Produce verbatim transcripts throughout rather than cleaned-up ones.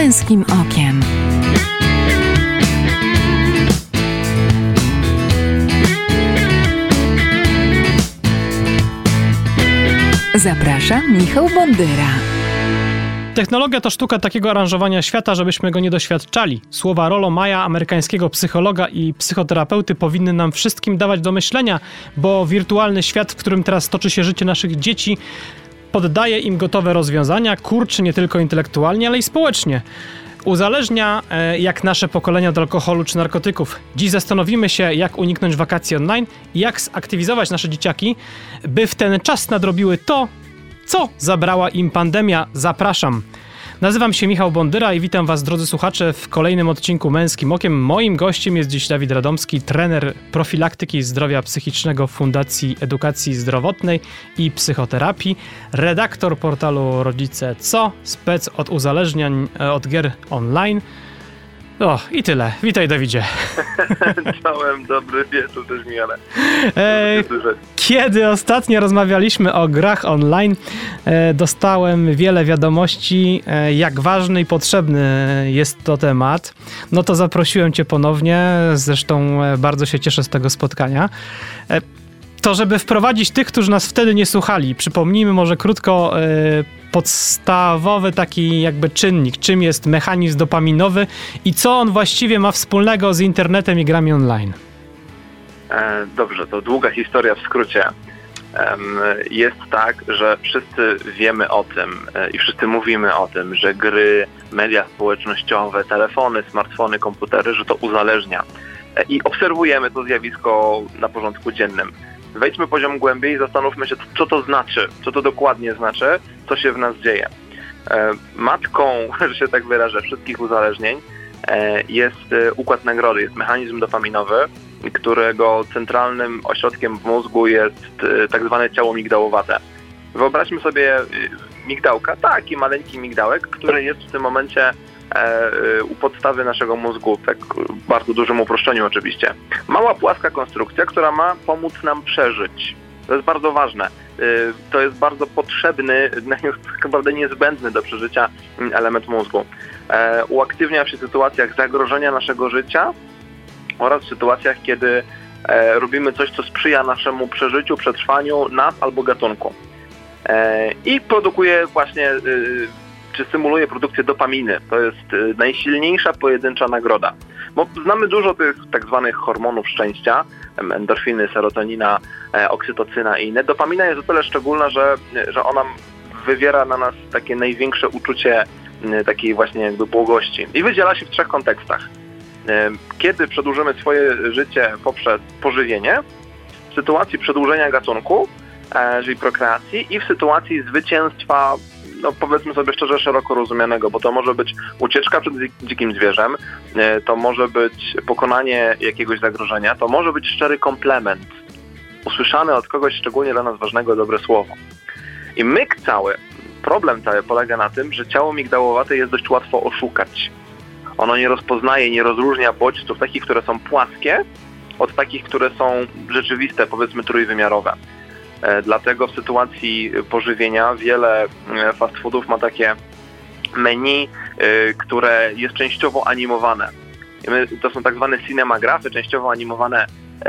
Męskim Okiem. Zaprasza Michał Bondyra. Technologia to sztuka takiego aranżowania świata, żebyśmy go nie doświadczali. Słowa Rollo Maya, amerykańskiego psychologa i psychoterapeuty, powinny nam wszystkim dawać do myślenia, bo wirtualny świat, w którym teraz toczy się życie naszych dzieci, poddaje im gotowe rozwiązania, kurczy nie tylko intelektualnie, ale i społecznie. Uzależnia e, jak nasze pokolenia od alkoholu czy narkotyków. Dziś zastanowimy się, jak uniknąć wakacji online i jak zaktywizować nasze dzieciaki, by w ten czas nadrobiły to, co zabrała im pandemia. Zapraszam. Nazywam się Michał Bondyra i witam Was, drodzy słuchacze, w kolejnym odcinku Męskim Okiem. Moim gościem jest dziś Dawid Radomski, trener profilaktyki zdrowia psychicznego w Fundacji Edukacji Zdrowotnej i Psychoterapii, redaktor portalu Rodzice Co, spec od uzależnień od gier online. O, i tyle. Witaj, Dawidzie. Czołem, dobry wieczór też, Michale. E, kiedy ostatnio rozmawialiśmy o grach online, e, dostałem wiele wiadomości, e, jak ważny i potrzebny jest to temat. No to zaprosiłem Cię ponownie, zresztą e, bardzo się cieszę z tego spotkania. E, to, żeby wprowadzić tych, którzy nas wtedy nie słuchali, przypomnijmy może krótko e, podstawowy taki jakby czynnik, czym jest mechanizm dopaminowy i co on właściwie ma wspólnego z internetem i grami online. E, dobrze, to długa historia w skrócie. E, jest tak, że wszyscy wiemy o tym e, i wszyscy mówimy o tym, że gry, media społecznościowe, telefony, smartfony, komputery, że to uzależnia. E, I obserwujemy to zjawisko na porządku dziennym. Wejdźmy poziom głębiej i zastanówmy się, co to znaczy, co to dokładnie znaczy, co się w nas dzieje. E, matką, że się tak wyrażę, wszystkich uzależnień e, jest układ nagrody, jest mechanizm dopaminowy, którego centralnym ośrodkiem w mózgu jest e, tak zwane ciało migdałowate. Wyobraźmy sobie migdałka, taki maleńki migdałek, który jest w tym momencie u podstawy naszego mózgu, tak w bardzo dużym uproszczeniu oczywiście. Mała, płaska konstrukcja, która ma pomóc nam przeżyć. To jest bardzo ważne. To jest bardzo potrzebny, tak naprawdę niezbędny do przeżycia element mózgu. Uaktywnia się w sytuacjach zagrożenia naszego życia oraz w sytuacjach, kiedy robimy coś, co sprzyja naszemu przeżyciu, przetrwaniu nas albo gatunku. I produkuje właśnie czy symuluje produkcję dopaminy. To jest najsilniejsza pojedyncza nagroda. Bo znamy dużo tych tak zwanych hormonów szczęścia, endorfiny, serotonina, oksytocyna i inne. Dopamina jest o tyle szczególna, że, że ona wywiera na nas takie największe uczucie takiej właśnie jakby błogości. I wydziela się w trzech kontekstach. Kiedy przedłużymy swoje życie poprzez pożywienie, w sytuacji przedłużenia gatunku, czyli prokreacji, i w sytuacji zwycięstwa, no powiedzmy sobie szczerze, szeroko rozumianego, bo to może być ucieczka przed dzikim zwierzem, to może być pokonanie jakiegoś zagrożenia, to może być szczery komplement, usłyszany od kogoś szczególnie dla nas ważnego dobre słowo. I myk cały, problem cały polega na tym, że ciało migdałowate jest dość łatwo oszukać. Ono nie rozpoznaje, nie rozróżnia bodźców takich, które są płaskie, od takich, które są rzeczywiste, powiedzmy trójwymiarowe. Dlatego w sytuacji pożywienia wiele fast foodów ma takie menu, które jest częściowo animowane. To są tak zwane cinemagrafy, częściowo animowane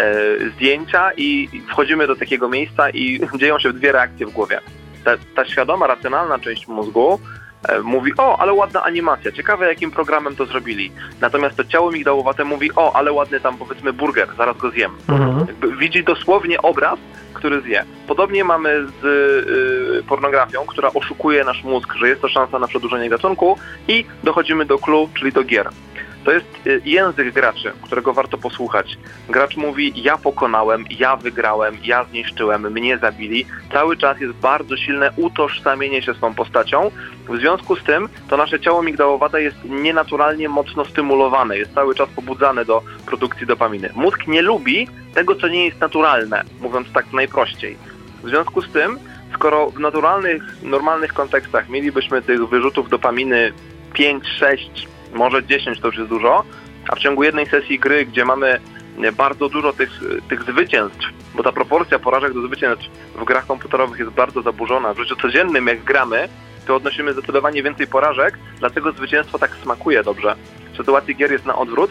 zdjęcia i wchodzimy do takiego miejsca i dzieją się dwie reakcje w głowie. Ta, ta świadoma, racjonalna część mózgu mówi: o, ale ładna animacja, ciekawe jakim programem to zrobili. Natomiast to ciało migdałowate mówi: o, ale ładny tam powiedzmy burger, zaraz go zjem. Mhm. Jakby widzi dosłownie obraz, który zje. Podobnie mamy z y, pornografią, która oszukuje nasz mózg, że jest to szansa na przedłużenie gatunku, i dochodzimy do clue, czyli do gier. To jest y, język graczy, którego warto posłuchać. Gracz mówi: ja pokonałem, ja wygrałem, ja zniszczyłem, mnie zabili. Cały czas jest bardzo silne utożsamienie się z tą postacią. W związku z tym to nasze ciało migdałowate jest nienaturalnie mocno stymulowane, jest cały czas pobudzane do produkcji dopaminy. Mózg nie lubi tego, co nie jest naturalne, mówiąc tak najprościej. W związku z tym, skoro w naturalnych, normalnych kontekstach mielibyśmy tych wyrzutów dopaminy pięć, sześć, może dziesięć, to już jest dużo, a w ciągu jednej sesji gry, gdzie mamy bardzo dużo tych, tych zwycięstw, bo ta proporcja porażek do zwycięstw w grach komputerowych jest bardzo zaburzona. W życiu codziennym, jak gramy, to odnosimy zdecydowanie więcej porażek, dlatego zwycięstwo tak smakuje dobrze. W sytuacji gier jest na odwrót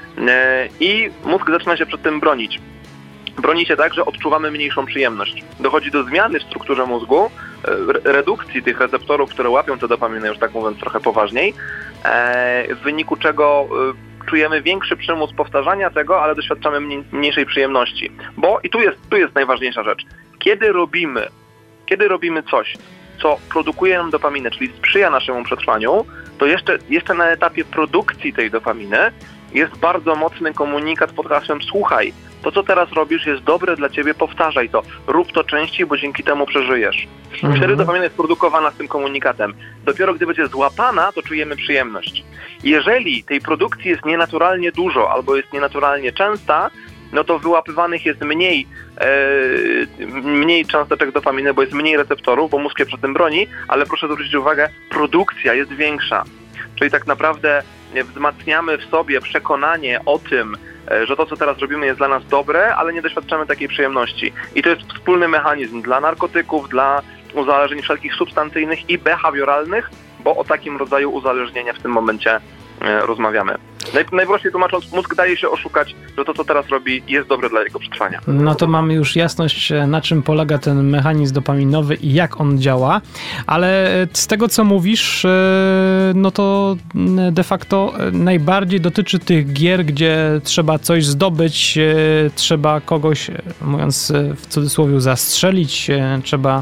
i mózg zaczyna się przed tym bronić. Broni się tak, że odczuwamy mniejszą przyjemność. Dochodzi do zmiany w strukturze mózgu, redukcji tych receptorów, które łapią te dopaminy, już tak mówiąc trochę poważniej, w wyniku czego czujemy większy przymus powtarzania tego, ale doświadczamy mniejszej przyjemności. Bo, i tu jest, tu jest najważniejsza rzecz, kiedy robimy, kiedy robimy coś, co produkuje nam dopaminę, czyli sprzyja naszemu przetrwaniu, to jeszcze, jeszcze na etapie produkcji tej dopaminy jest bardzo mocny komunikat pod hasłem: słuchaj, to co teraz robisz jest dobre dla ciebie, powtarzaj to, rób to częściej, bo dzięki temu przeżyjesz. Mhm. Wtedy dopamina jest produkowana z tym komunikatem. Dopiero gdy będzie złapana, to czujemy przyjemność. Jeżeli tej produkcji jest nienaturalnie dużo albo jest nienaturalnie częsta, no to wyłapywanych jest mniej, e, mniej cząsteczek dopaminy, bo jest mniej receptorów, bo mózg się przed tym broni, ale proszę zwrócić uwagę, produkcja jest większa. Czyli tak naprawdę wzmacniamy w sobie przekonanie o tym, że to, co teraz robimy, jest dla nas dobre, ale nie doświadczamy takiej przyjemności. I to jest wspólny mechanizm dla narkotyków, dla uzależnień wszelkich substancyjnych i behawioralnych, bo o takim rodzaju uzależnienia w tym momencie rozmawiamy. Naj, najprościej tłumacząc, mózg daje się oszukać, że to, co teraz robi, jest dobre dla jego przetrwania. No to mamy już jasność, na czym polega ten mechanizm dopaminowy i jak on działa, ale z tego, co mówisz, no to de facto najbardziej dotyczy tych gier, gdzie trzeba coś zdobyć, trzeba kogoś, mówiąc w cudzysłowie, zastrzelić, trzeba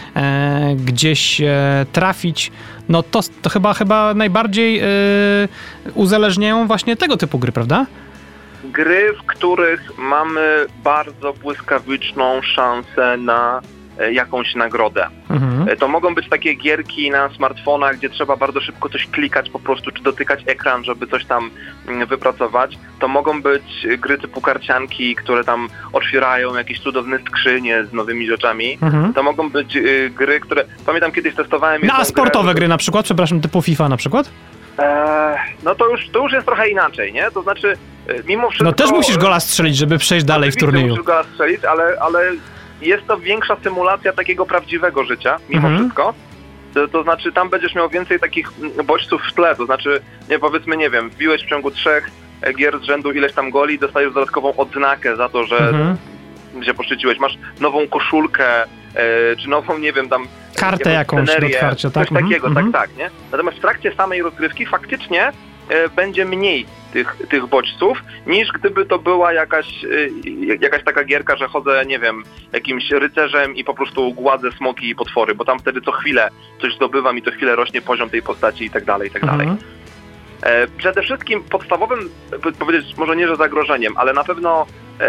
gdzieś trafić. No to, to chyba, chyba najbardziej yy, uzależniają właśnie tego typu gry, prawda? Gry, w których mamy bardzo błyskawiczną szansę na jakąś nagrodę. Mhm. To mogą być takie gierki na smartfonach, gdzie trzeba bardzo szybko coś klikać po prostu, czy dotykać ekran, żeby coś tam wypracować. To mogą być gry typu karcianki, które tam otwierają jakieś cudowne skrzynie z nowymi rzeczami. Mhm. To mogą być y, gry, które... Pamiętam, kiedyś testowałem... No a sportowe grę, gry na przykład? Przepraszam, typu FIFA na przykład? Eee, no to już, to już jest trochę inaczej, nie? To znaczy, mimo wszystko... No też musisz gola strzelić, żeby przejść dalej w turnieju. musisz gola strzelić, ale... ale... jest to większa symulacja takiego prawdziwego życia, mimo mhm. wszystko. To, to znaczy, tam będziesz miał więcej takich bodźców w tle. To znaczy, nie, powiedzmy, nie wiem, wbiłeś w ciągu trzech gier z rzędu ileś tam goli i dostajesz dodatkową odznakę za to, że mhm. się poszczyciłeś. Masz nową koszulkę, e, czy nową, nie wiem, tam... kartę jakąś do otwarcia, tak? Coś takiego, mhm. tak, tak, nie? Natomiast w trakcie samej rozgrywki faktycznie e, będzie mniej tych, tych bodźców, niż gdyby to była jakaś, jakaś taka gierka, że chodzę, nie wiem, jakimś rycerzem i po prostu gładzę smoki i potwory, bo tam wtedy co chwilę coś zdobywam i co chwilę rośnie poziom tej postaci i tak dalej, i tak dalej. Mhm. E, przede wszystkim podstawowym, powiedzieć może nie, że zagrożeniem, ale na pewno e,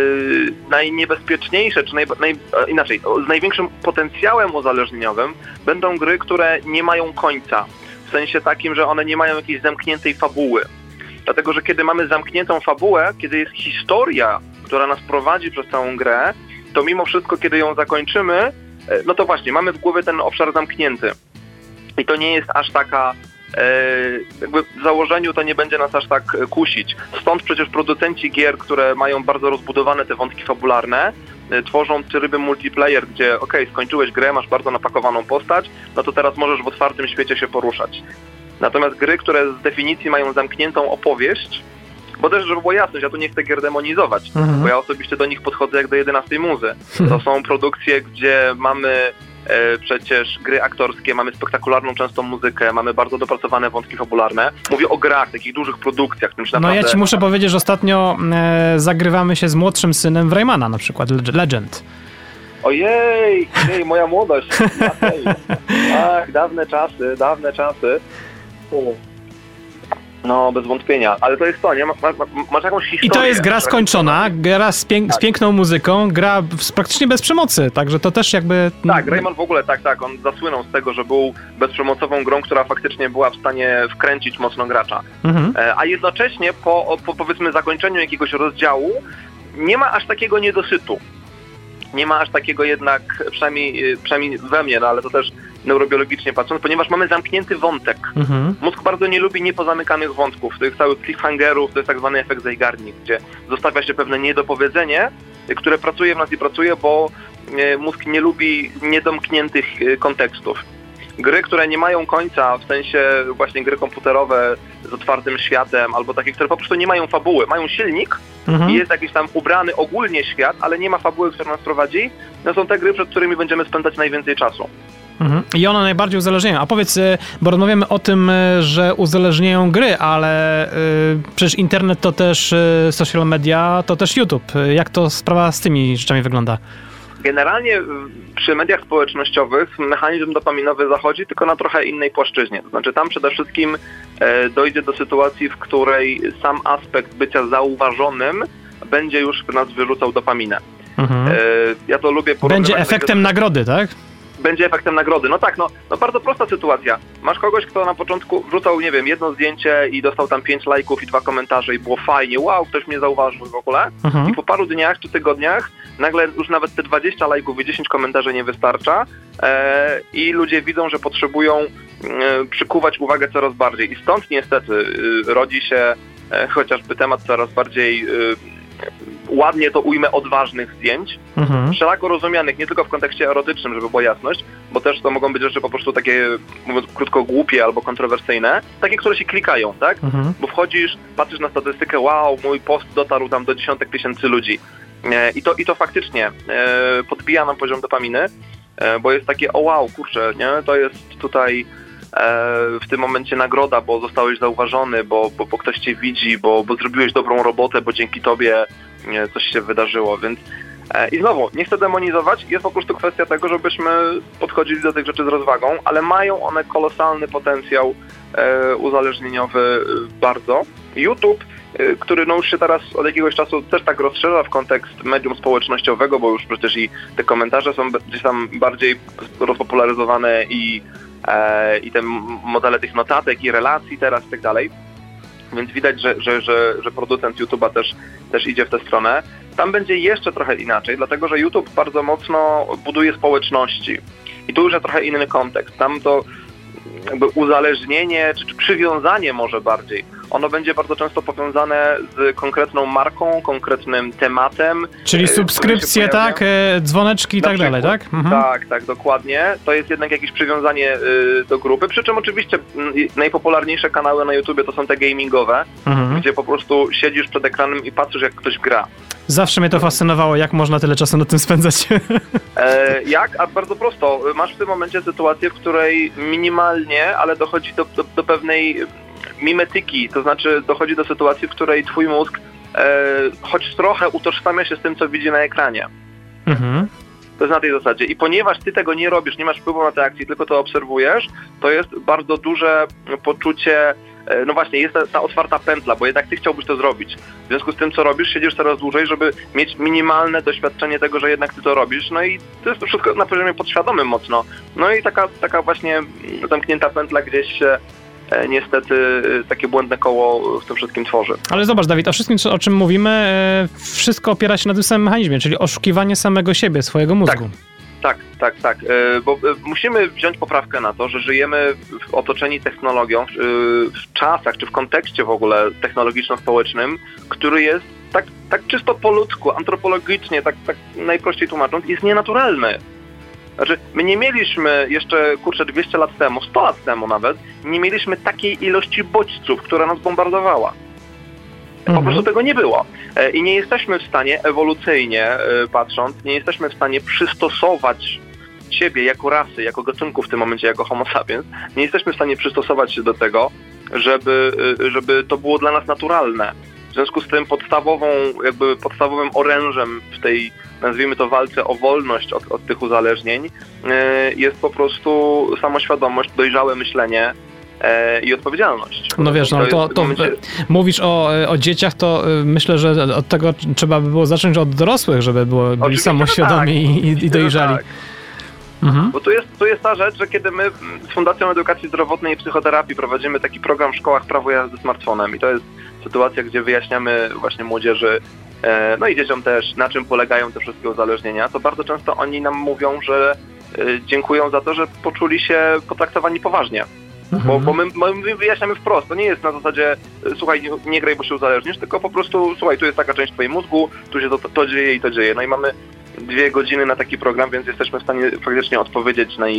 najniebezpieczniejsze, czy naj, naj, inaczej, z największym potencjałem uzależnieniowym będą gry, które nie mają końca. W sensie takim, że one nie mają jakiejś zamkniętej fabuły. Dlatego, że kiedy mamy zamkniętą fabułę, kiedy jest historia, która nas prowadzi przez całą grę, to mimo wszystko, kiedy ją zakończymy, no to właśnie, mamy w głowie ten obszar zamknięty. I to nie jest aż taka, e, jakby w założeniu to nie będzie nas aż tak kusić. Stąd przecież producenci gier, które mają bardzo rozbudowane te wątki fabularne, e, tworzą tryby multiplayer, gdzie okej, okay, skończyłeś grę, masz bardzo napakowaną postać, no to teraz możesz w otwartym świecie się poruszać. Natomiast gry, które z definicji mają zamkniętą opowieść, bo też, żeby było jasność, ja tu nie chcę gier demonizować, mhm. bo ja osobiście do nich podchodzę jak do jedenastej muzy. To są produkcje, gdzie mamy e, przecież gry aktorskie, mamy spektakularną często muzykę, mamy bardzo dopracowane wątki fabularne. Mówię o grach, takich dużych produkcjach. Którym się naprawdę... No ja ci muszę powiedzieć, że ostatnio e, zagrywamy się z młodszym synem w Raymana na przykład, Legend. Ojej, ojej, moja młodość. Ach, dawne czasy, dawne czasy. No, bez wątpienia, ale to jest to, nie? Masz, masz, masz jakąś historię. I to jest gra skończona, gra z, pięk- z piękną muzyką, gra w, praktycznie bez przemocy, także to też jakby... Tak, Rayman w ogóle, tak, tak, on zasłynął z tego, że był bezprzemocową grą, która faktycznie była w stanie wkręcić mocno gracza. Mhm. A jednocześnie po, po powiedzmy zakończeniu jakiegoś rozdziału nie ma aż takiego niedosytu. Nie ma aż takiego jednak, przynajmniej, przynajmniej we mnie, no ale to też neurobiologicznie patrząc, ponieważ mamy zamknięty wątek. Mhm. Mózg bardzo nie lubi niepozamykanych wątków, tych całych cliffhangerów, to jest tak zwany efekt Zeigarnik, gdzie zostawia się pewne niedopowiedzenie, które pracuje w nas i pracuje, bo mózg nie lubi niedomkniętych kontekstów. gry, które nie mają końca, w sensie właśnie gry komputerowe z otwartym światem, albo takie, które po prostu nie mają fabuły, mają silnik Mhm. i jest jakiś tam ubrany ogólnie świat, ale nie ma fabuły, która nas prowadzi, no są te gry, przed którymi będziemy spędzać najwięcej czasu. Mhm. I one najbardziej uzależniają. A powiedz, y, bo rozmawiamy o tym, y, że uzależniają gry, ale y, przecież internet to też y, social media, to też YouTube. Y, Jak to sprawa z tymi rzeczami wygląda? Generalnie y, przy mediach społecznościowych mechanizm dopaminowy zachodzi tylko na trochę innej płaszczyźnie. To znaczy tam przede wszystkim e, dojdzie do sytuacji, w której sam aspekt bycia zauważonym będzie już w nas wyrzucał dopaminę. Mhm. E, ja to lubię porównywać. Będzie do efektem tego, nagrody, tak? Będzie efektem nagrody. No tak, no, no bardzo prosta sytuacja. Masz kogoś, kto na początku wrzucał, nie wiem, jedno zdjęcie i dostał tam pięć lajków i dwa komentarze i było fajnie, wow, ktoś mnie zauważył w ogóle. Mhm. I po paru dniach czy tygodniach nagle już nawet te dwadzieścia lajków i dziesięć komentarzy nie wystarcza e, i ludzie widzą, że potrzebują e, przykuwać uwagę coraz bardziej. I stąd niestety e, rodzi się e, chociażby temat coraz bardziej e, ładnie to ujmę, odważnych zdjęć, Mhm. wszelako rozumianych, nie tylko w kontekście erotycznym, żeby była jasność, bo też to mogą być rzeczy po prostu takie, mówiąc krótko, głupie albo kontrowersyjne, takie, które się klikają, tak? Mhm. Bo wchodzisz, patrzysz na statystykę, wow, mój post dotarł tam do dziesiątek tysięcy ludzi. E, I to, i to faktycznie e, podbija nam poziom dopaminy, e, bo jest takie, o wow, kurczę, nie? To jest tutaj w tym momencie nagroda, bo zostałeś zauważony, bo, bo, bo ktoś cię widzi, bo, bo zrobiłeś dobrą robotę, bo dzięki tobie coś się wydarzyło, więc i znowu, nie chcę demonizować, jest po prostu kwestia tego, żebyśmy podchodzili do tych rzeczy z rozwagą, ale mają one kolosalny potencjał e, uzależnieniowy bardzo. YouTube, e, który no już się teraz od jakiegoś czasu też tak rozszerza w kontekst medium społecznościowego, bo już przecież i te komentarze są gdzieś tam bardziej rozpopularyzowane i e, i te modele tych notatek i relacji teraz i tak dalej. Więc widać, że, że, że, że producent YouTube'a też, też idzie w tę stronę. Tam będzie jeszcze trochę inaczej, dlatego że YouTube bardzo mocno buduje społeczności. I tu już jest trochę inny kontekst. Tam to jakby uzależnienie, czy, czy przywiązanie może bardziej, ono będzie bardzo często powiązane z konkretną marką, konkretnym tematem. Czyli subskrypcje, tak, dzwoneczki i tak dalej, tak? Mhm. Tak, tak, dokładnie. To jest jednak jakieś przywiązanie y, do grupy, przy czym oczywiście y, najpopularniejsze kanały na YouTubie to są te gamingowe, mhm. gdzie po prostu siedzisz przed ekranem i patrzysz, jak ktoś gra. Zawsze mnie to fascynowało, jak można tyle czasu na tym spędzać. E, jak? A bardzo prosto. Masz w tym momencie sytuację, w której minimalnie, ale dochodzi do, do, do pewnej mimetyki, to znaczy dochodzi do sytuacji, w której twój mózg e, choć trochę utożsamia się z tym, co widzi na ekranie. Mhm. To jest na tej zasadzie. I ponieważ ty tego nie robisz, nie masz wpływu na te akcje, tylko to obserwujesz, to jest bardzo duże poczucie, no właśnie, jest ta, ta otwarta pętla, bo jednak ty chciałbyś to zrobić. W związku z tym, co robisz, siedzisz coraz dłużej, żeby mieć minimalne doświadczenie tego, że jednak ty to robisz. No i to jest to wszystko na poziomie podświadomym mocno. No i taka, taka właśnie zamknięta pętla gdzieś się e, niestety e, takie błędne koło w tym wszystkim tworzy. Ale zobacz, Dawid, o wszystkim, o czym mówimy, e, wszystko opiera się na tym samym mechanizmie, czyli oszukiwanie samego siebie, swojego mózgu. Tak. Tak, tak, tak, bo musimy wziąć poprawkę na to, że żyjemy w otoczeni technologią, w czasach czy w kontekście w ogóle technologiczno-społecznym, który jest tak, tak czysto po ludzku, antropologicznie, tak, tak najprościej tłumacząc, jest nienaturalny. Znaczy, my nie mieliśmy jeszcze, kurczę, dwieście lat temu, sto lat temu nawet, nie mieliśmy takiej ilości bodźców, która nas bombardowała. Po mhm. prostu tego nie było. I nie jesteśmy w stanie ewolucyjnie patrząc, nie jesteśmy w stanie przystosować siebie jako rasy, jako gatunku w tym momencie, jako homo sapiens, nie jesteśmy w stanie przystosować się do tego, żeby, żeby to było dla nas naturalne. W związku z tym podstawową, jakby podstawowym orężem w tej, nazwijmy to, walce o wolność od, od tych uzależnień jest po prostu samoświadomość, dojrzałe myślenie i odpowiedzialność. No wiesz, no to, to momencie... mówisz o, o dzieciach, to myślę, że od tego trzeba by było zacząć od dorosłych, żeby było, byli samoświadomi tak. i, i dojrzali. Tak. Mhm. Bo tu jest, tu jest ta rzecz, że kiedy my z Fundacją Edukacji Zdrowotnej i Psychoterapii prowadzimy taki program w szkołach prawo jazdy smartfonem i to jest sytuacja, gdzie wyjaśniamy właśnie młodzieży, e, no i dzieciom też, na czym polegają te wszystkie uzależnienia, to bardzo często oni nam mówią, że e, dziękują za to, że poczuli się potraktowani poważnie. Mhm. Bo, bo my, my wyjaśniamy wprost, to nie jest na zasadzie słuchaj, nie, nie graj, bo się uzależnisz, tylko po prostu słuchaj, tu jest taka część twojego mózgu, tu się to, to dzieje i to dzieje. No i mamy dwie godziny na taki program, więc jesteśmy w stanie faktycznie odpowiedzieć na ich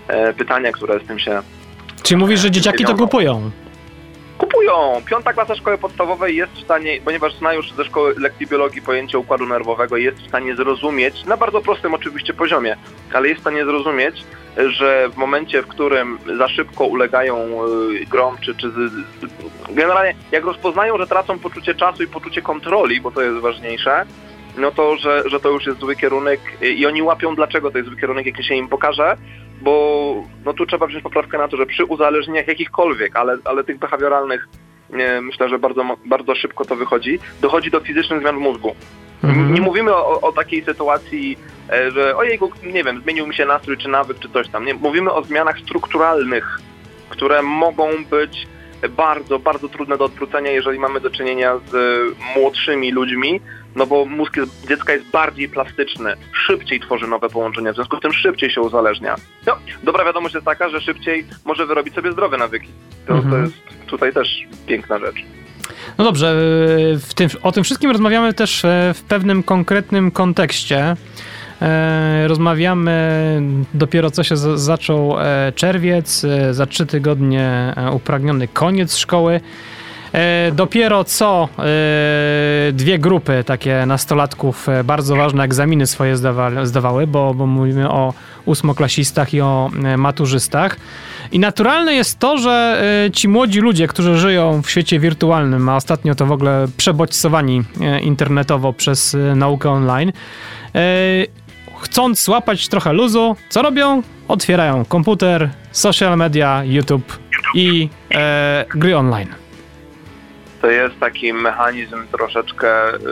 e, pytania, które z tym się... Czyli mówisz, że dzieciaki to kupują? Kupują. Piąta klasa szkoły podstawowej jest w stanie, ponieważ zna już ze szkoły lekcji biologii pojęcie układu nerwowego, jest w stanie zrozumieć, na bardzo prostym oczywiście poziomie, ale jest w stanie zrozumieć, że w momencie, w którym za szybko ulegają y, grom, czy, czy z, generalnie jak rozpoznają, że tracą poczucie czasu i poczucie kontroli, bo to jest ważniejsze, no to, że, że to już jest zły kierunek i oni łapią, dlaczego to jest zły kierunek, jak się im pokaże, bo no tu trzeba wziąć poprawkę na to, że przy uzależnieniach jakichkolwiek, ale, ale tych behawioralnych, nie, myślę, że bardzo, bardzo szybko to wychodzi, dochodzi do fizycznych zmian w mózgu. Mhm. Nie mówimy o, o takiej sytuacji, że ojejku, nie wiem, zmienił mi się nastrój, czy nawyk, czy coś tam. Nie, mówimy o zmianach strukturalnych, które mogą być bardzo, bardzo trudne do odwrócenia, jeżeli mamy do czynienia z młodszymi ludźmi, no bo mózg jest, dziecka jest bardziej plastyczny, szybciej tworzy nowe połączenia, w związku z tym szybciej się uzależnia. No, dobra wiadomość jest taka, że szybciej może wyrobić sobie zdrowe nawyki. To, mhm. to jest tutaj też piękna rzecz. No dobrze, w tym, o tym wszystkim rozmawiamy też w pewnym konkretnym kontekście. Rozmawiamy, dopiero co się z, zaczął czerwiec, za trzy tygodnie upragniony koniec szkoły. Dopiero co dwie grupy takie nastolatków bardzo ważne egzaminy swoje zdawa, zdawały, bo, bo mówimy o ósmoklasistach i o maturzystach. I naturalne jest to, że ci młodzi ludzie, którzy żyją w świecie wirtualnym, a ostatnio to w ogóle przebodźcowani internetowo przez naukę online, chcąc złapać trochę luzu, co robią? Otwierają komputer, social media, YouTube i e, gry online. To jest taki mechanizm troszeczkę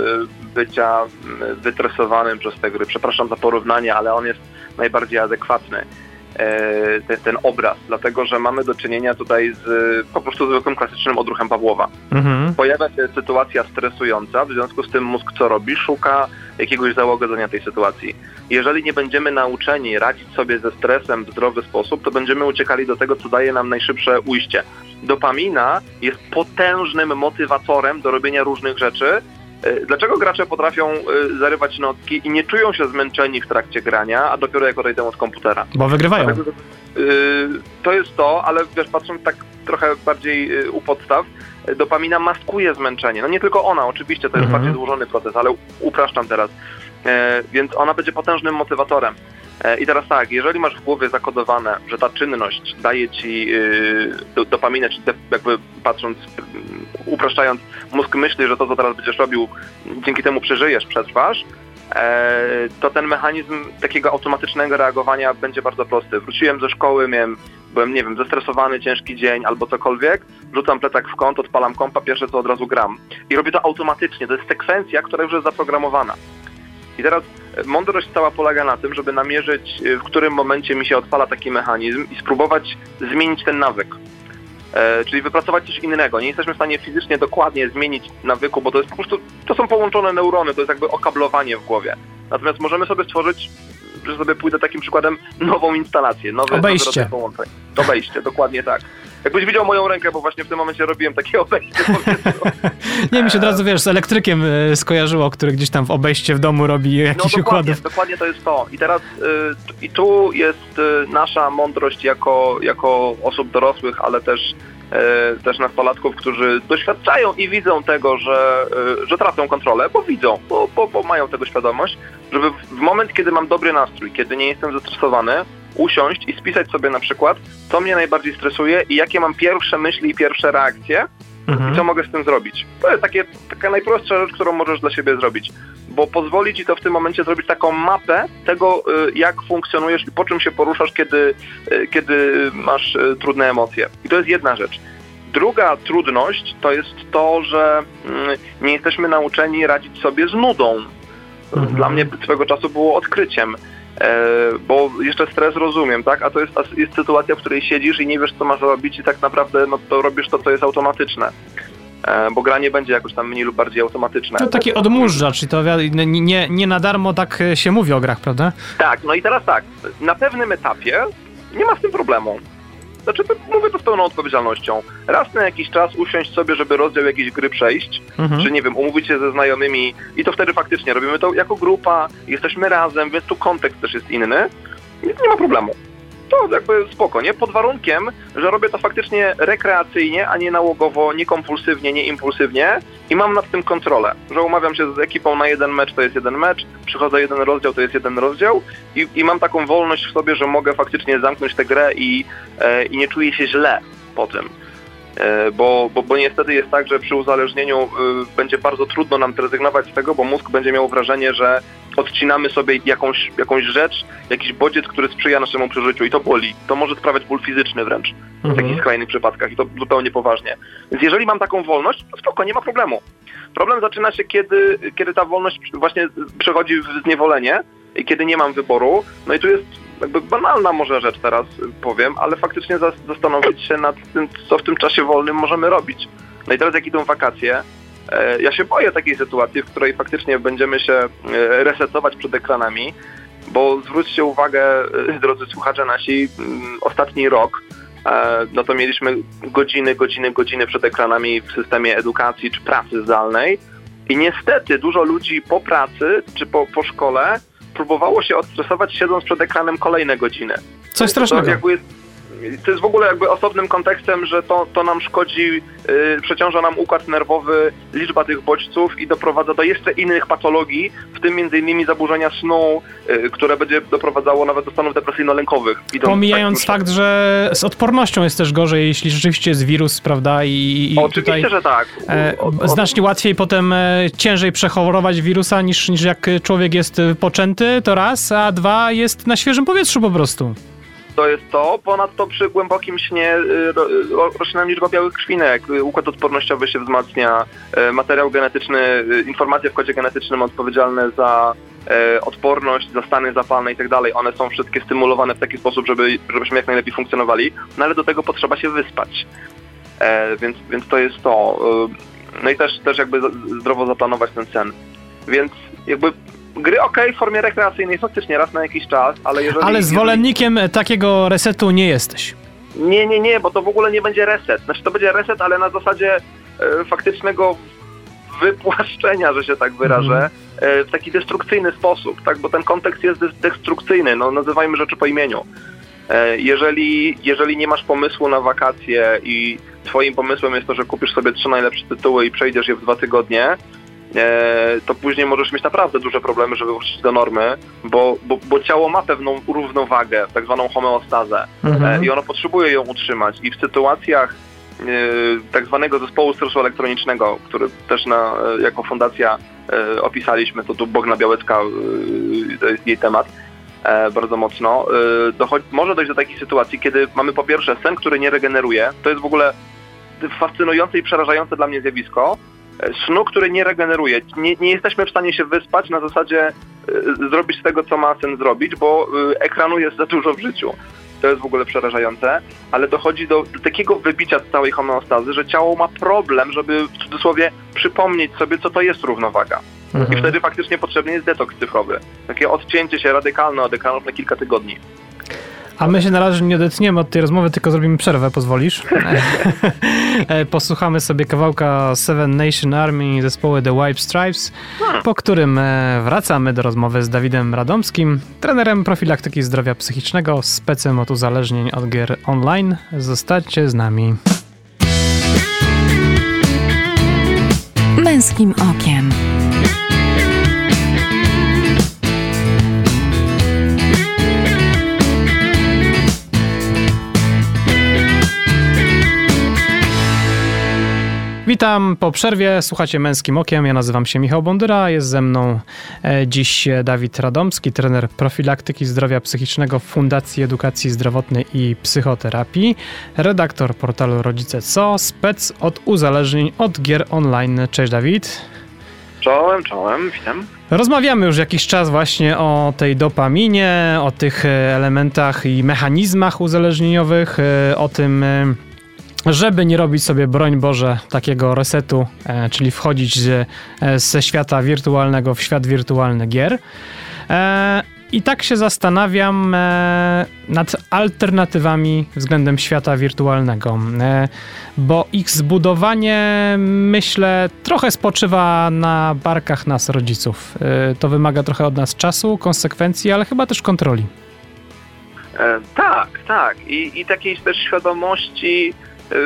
bycia wytresowanym przez te gry. Przepraszam za porównanie, ale on jest najbardziej adekwatny. Ten, ten obraz, dlatego że mamy do czynienia tutaj z po prostu zwykłym klasycznym odruchem Pawłowa. Mhm. Pojawia się sytuacja stresująca, w związku z tym mózg co robi? Szuka jakiegoś załagodzenia tej sytuacji. Jeżeli nie będziemy nauczeni radzić sobie ze stresem w zdrowy sposób, to będziemy uciekali do tego, co daje nam najszybsze ujście. Dopamina jest potężnym motywatorem do robienia różnych rzeczy. Dlaczego gracze potrafią zarywać nocki i nie czują się zmęczeni w trakcie grania, a dopiero jak odejdą od komputera? Bo wygrywają. Dlatego, to jest to, ale wiesz, patrząc tak trochę bardziej u podstaw, dopamina maskuje zmęczenie. No nie tylko ona, oczywiście to jest mhm. bardziej złożony proces, ale upraszczam teraz. Więc ona będzie potężnym motywatorem. I teraz tak, jeżeli masz w głowie zakodowane, że ta czynność daje ci yy, dopaminę, czy te, jakby patrząc, yy, upraszczając, mózg myśli, że to, co teraz będziesz robił, dzięki temu przeżyjesz, przetrwasz, yy, to ten mechanizm takiego automatycznego reagowania będzie bardzo prosty. Wróciłem ze szkoły, miałem, byłem, nie wiem, zestresowany, ciężki dzień albo cokolwiek, rzucam plecak w kąt, odpalam kompa, pierwsze co od razu gram. I robię to automatycznie, to jest sekwencja, która już jest zaprogramowana. I teraz mądrość cała polega na tym, żeby namierzyć, w którym momencie mi się odpala taki mechanizm i spróbować zmienić ten nawyk. E, czyli wypracować coś innego. Nie jesteśmy w stanie fizycznie dokładnie zmienić nawyku, bo to jest po prostu, to są połączone neurony, to jest jakby okablowanie w głowie. Natomiast możemy sobie stworzyć, że sobie pójdę takim przykładem, nową instalację, nowy, obejście. nowy rodzaj połączeń. Obejście, dokładnie tak. Jakbyś widział moją rękę, bo właśnie w tym momencie robiłem takie obejście. Nie, mi się od razu, wiesz, z elektrykiem y, skojarzyło, który gdzieś tam w obejście w domu robi jakiś no, dokładnie, układów. Dokładnie to jest to. I teraz y, i tu jest y, nasza mądrość jako, jako osób dorosłych, ale też, y, też nastolatków, którzy doświadczają i widzą tego, że, y, że tracą kontrolę, bo widzą, bo, bo, bo mają tego świadomość, żeby w, w moment, kiedy mam dobry nastrój, kiedy nie jestem zestresowany, usiąść i spisać sobie na przykład, co mnie najbardziej stresuje i jakie mam pierwsze myśli i pierwsze reakcje mhm. i co mogę z tym zrobić. To jest takie, taka najprostsza rzecz, którą możesz dla siebie zrobić, bo pozwoli ci to w tym momencie zrobić taką mapę tego, jak funkcjonujesz i po czym się poruszasz, kiedy, kiedy masz trudne emocje. I to jest jedna rzecz. Druga trudność to jest to, że nie jesteśmy nauczeni radzić sobie z nudą. Mhm. Dla mnie swego czasu było odkryciem. Bo jeszcze stres rozumiem, tak? A to jest, jest sytuacja, w której siedzisz i nie wiesz, co masz robić i tak naprawdę no, to robisz to, co jest automatyczne. Bo gra nie będzie jakoś tam mniej lub bardziej automatyczna. To taki odmurzacz, czyli to nie, nie na darmo tak się mówi o grach, prawda? Tak, no i teraz tak, na pewnym etapie nie ma z tym problemu. Znaczy, to, mówię to z pełną odpowiedzialnością. Raz na jakiś czas usiąść sobie, żeby rozdział jakiejś gry przejść, mhm. czy nie wiem, umówić się ze znajomymi i to wtedy faktycznie robimy to jako grupa, jesteśmy razem, więc tu kontekst też jest inny. Nie, nie ma problemu. to jakby spoko, nie? Pod warunkiem, że robię to faktycznie rekreacyjnie, a nie nałogowo, nie kompulsywnie, nie impulsywnie i mam nad tym kontrolę, że umawiam się z ekipą na jeden mecz, to jest jeden mecz, przychodzę jeden rozdział, to jest jeden rozdział i, i mam taką wolność w sobie, że mogę faktycznie zamknąć tę grę i, e, i nie czuję się źle po tym. Bo, bo, bo niestety jest tak, że przy uzależnieniu y, będzie bardzo trudno nam zrezygnować z tego, bo mózg będzie miał wrażenie, że odcinamy sobie jakąś, jakąś rzecz, jakiś bodziec, który sprzyja naszemu przeżyciu i to boli. To może sprawiać ból fizyczny wręcz w takich skrajnych przypadkach i to zupełnie poważnie. Więc jeżeli mam taką wolność, to spoko, nie ma problemu. Problem zaczyna się, kiedy, kiedy ta wolność właśnie przechodzi w zniewolenie i kiedy nie mam wyboru. No i tu jest jakby banalna może rzecz teraz powiem, ale faktycznie zastanowić się nad tym, co w tym czasie wolnym możemy robić. No i teraz jak idą wakacje, e, ja się boję takiej sytuacji, w której faktycznie będziemy się e, resetować przed ekranami, bo zwróćcie uwagę, e, drodzy słuchacze nasi, m, ostatni rok, e, no to mieliśmy godziny, godziny, godziny przed ekranami w systemie edukacji czy pracy zdalnej i niestety dużo ludzi po pracy czy po, po szkole próbowało się odstresować siedząc przed ekranem kolejne godziny. Coś strasznego. To, jakby jest, to jest w ogóle jakby osobnym kontekstem, że to, to nam szkodzi, yy, przeciąża nam układ nerwowy, liczba tych bodźców i doprowadza do jeszcze innych patologii, w tym między innymi zaburzenia snu, yy, które będzie doprowadzało nawet do stanów depresyjno-lękowych. Pomijając tak, fakt, że z odpornością jest też gorzej, jeśli rzeczywiście jest wirus, prawda? I, i Oczywiście, tutaj, że tak. E, znacznie łatwiej potem e, ciężej przechorować wirusa niż, niż jak człowiek jest poczęty, to raz, a dwa jest na świeżym powietrzu po prostu. To jest to. Ponadto przy głębokim śnie ro, rośnie nam liczba białych krwinek, układ odpornościowy się wzmacnia, materiał genetyczny, informacje w kodzie genetycznym odpowiedzialne za odporność, za stany zapalne i tak dalej, one są wszystkie stymulowane w taki sposób, żeby, żebyśmy jak najlepiej funkcjonowali, no ale do tego potrzeba się wyspać. E, więc, więc to jest to. No i też, też jakby zdrowo zaplanować ten sen. Więc jakby gry okej, okay, w formie rekreacyjnej faktycznie raz na jakiś czas, ale jeżeli... Ale zwolennikiem jeżeli... takiego resetu nie jesteś. Nie, nie, nie, bo to w ogóle nie będzie reset. Znaczy to będzie reset, ale na zasadzie e, faktycznego wypłaszczenia, że się tak wyrażę, mm. e, w taki destrukcyjny sposób, tak, bo ten kontekst jest destrukcyjny, no nazywajmy rzeczy po imieniu. E, jeżeli, jeżeli nie masz pomysłu na wakacje i twoim pomysłem jest to, że kupisz sobie trzy najlepsze tytuły i przejdziesz je w dwa tygodnie, to później możesz mieć naprawdę duże problemy, żeby wrócić do normy, bo, bo, bo ciało ma pewną równowagę, tak zwaną homeostazę mhm. i ono potrzebuje ją utrzymać i w sytuacjach e, tak zwanego zespołu stresu elektronicznego, który też na, jako fundacja e, opisaliśmy, to tu Bogna Białecka, e, to jest jej temat e, bardzo mocno, e, dochodzi, może dojść do takiej sytuacji, kiedy mamy po pierwsze sen, który nie regeneruje, to jest w ogóle fascynujące i przerażające dla mnie zjawisko, snu, który nie regeneruje. Nie, nie jesteśmy w stanie się wyspać na zasadzie y, zrobić tego, co ma sen zrobić, bo y, ekranu jest za dużo w życiu. To jest w ogóle przerażające, ale dochodzi do, do takiego wybicia całej homeostazy, że ciało ma problem, żeby w cudzysłowie przypomnieć sobie, co to jest równowaga. Mhm. I wtedy faktycznie potrzebny jest detoks cyfrowy. Takie odcięcie się radykalne od ekranów na kilka tygodni. A my się na razie nie odetniemy od tej rozmowy, tylko zrobimy przerwę, pozwolisz? Posłuchamy sobie kawałka Seven Nation Army i zespołu The White Stripes, po którym wracamy do rozmowy z Dawidem Radomskim, trenerem profilaktyki zdrowia psychicznego, specem od uzależnień od gier online. Zostańcie z nami. Męskim okiem. Witam po przerwie, słuchacie Męskim Okiem, ja nazywam się Michał Bondyra, jest ze mną dziś Dawid Radomski, trener profilaktyki zdrowia psychicznego w Fundacji Edukacji Zdrowotnej i Psychoterapii, redaktor portalu Rodzice Co, spec od uzależnień od gier online. Cześć Dawid. Czołem, czołem, witam. Rozmawiamy już jakiś czas właśnie o tej dopaminie, o tych elementach i mechanizmach uzależnieniowych, o tym, żeby nie robić sobie, broń Boże, takiego resetu, e, czyli wchodzić z, e, ze świata wirtualnego w świat wirtualny gier. E, I tak się zastanawiam e, nad alternatywami względem świata wirtualnego, e, bo ich zbudowanie, myślę, trochę spoczywa na barkach nas, rodziców. E, to wymaga trochę od nas czasu, konsekwencji, ale chyba też kontroli. E, tak, tak. I, i takiej też świadomości yy,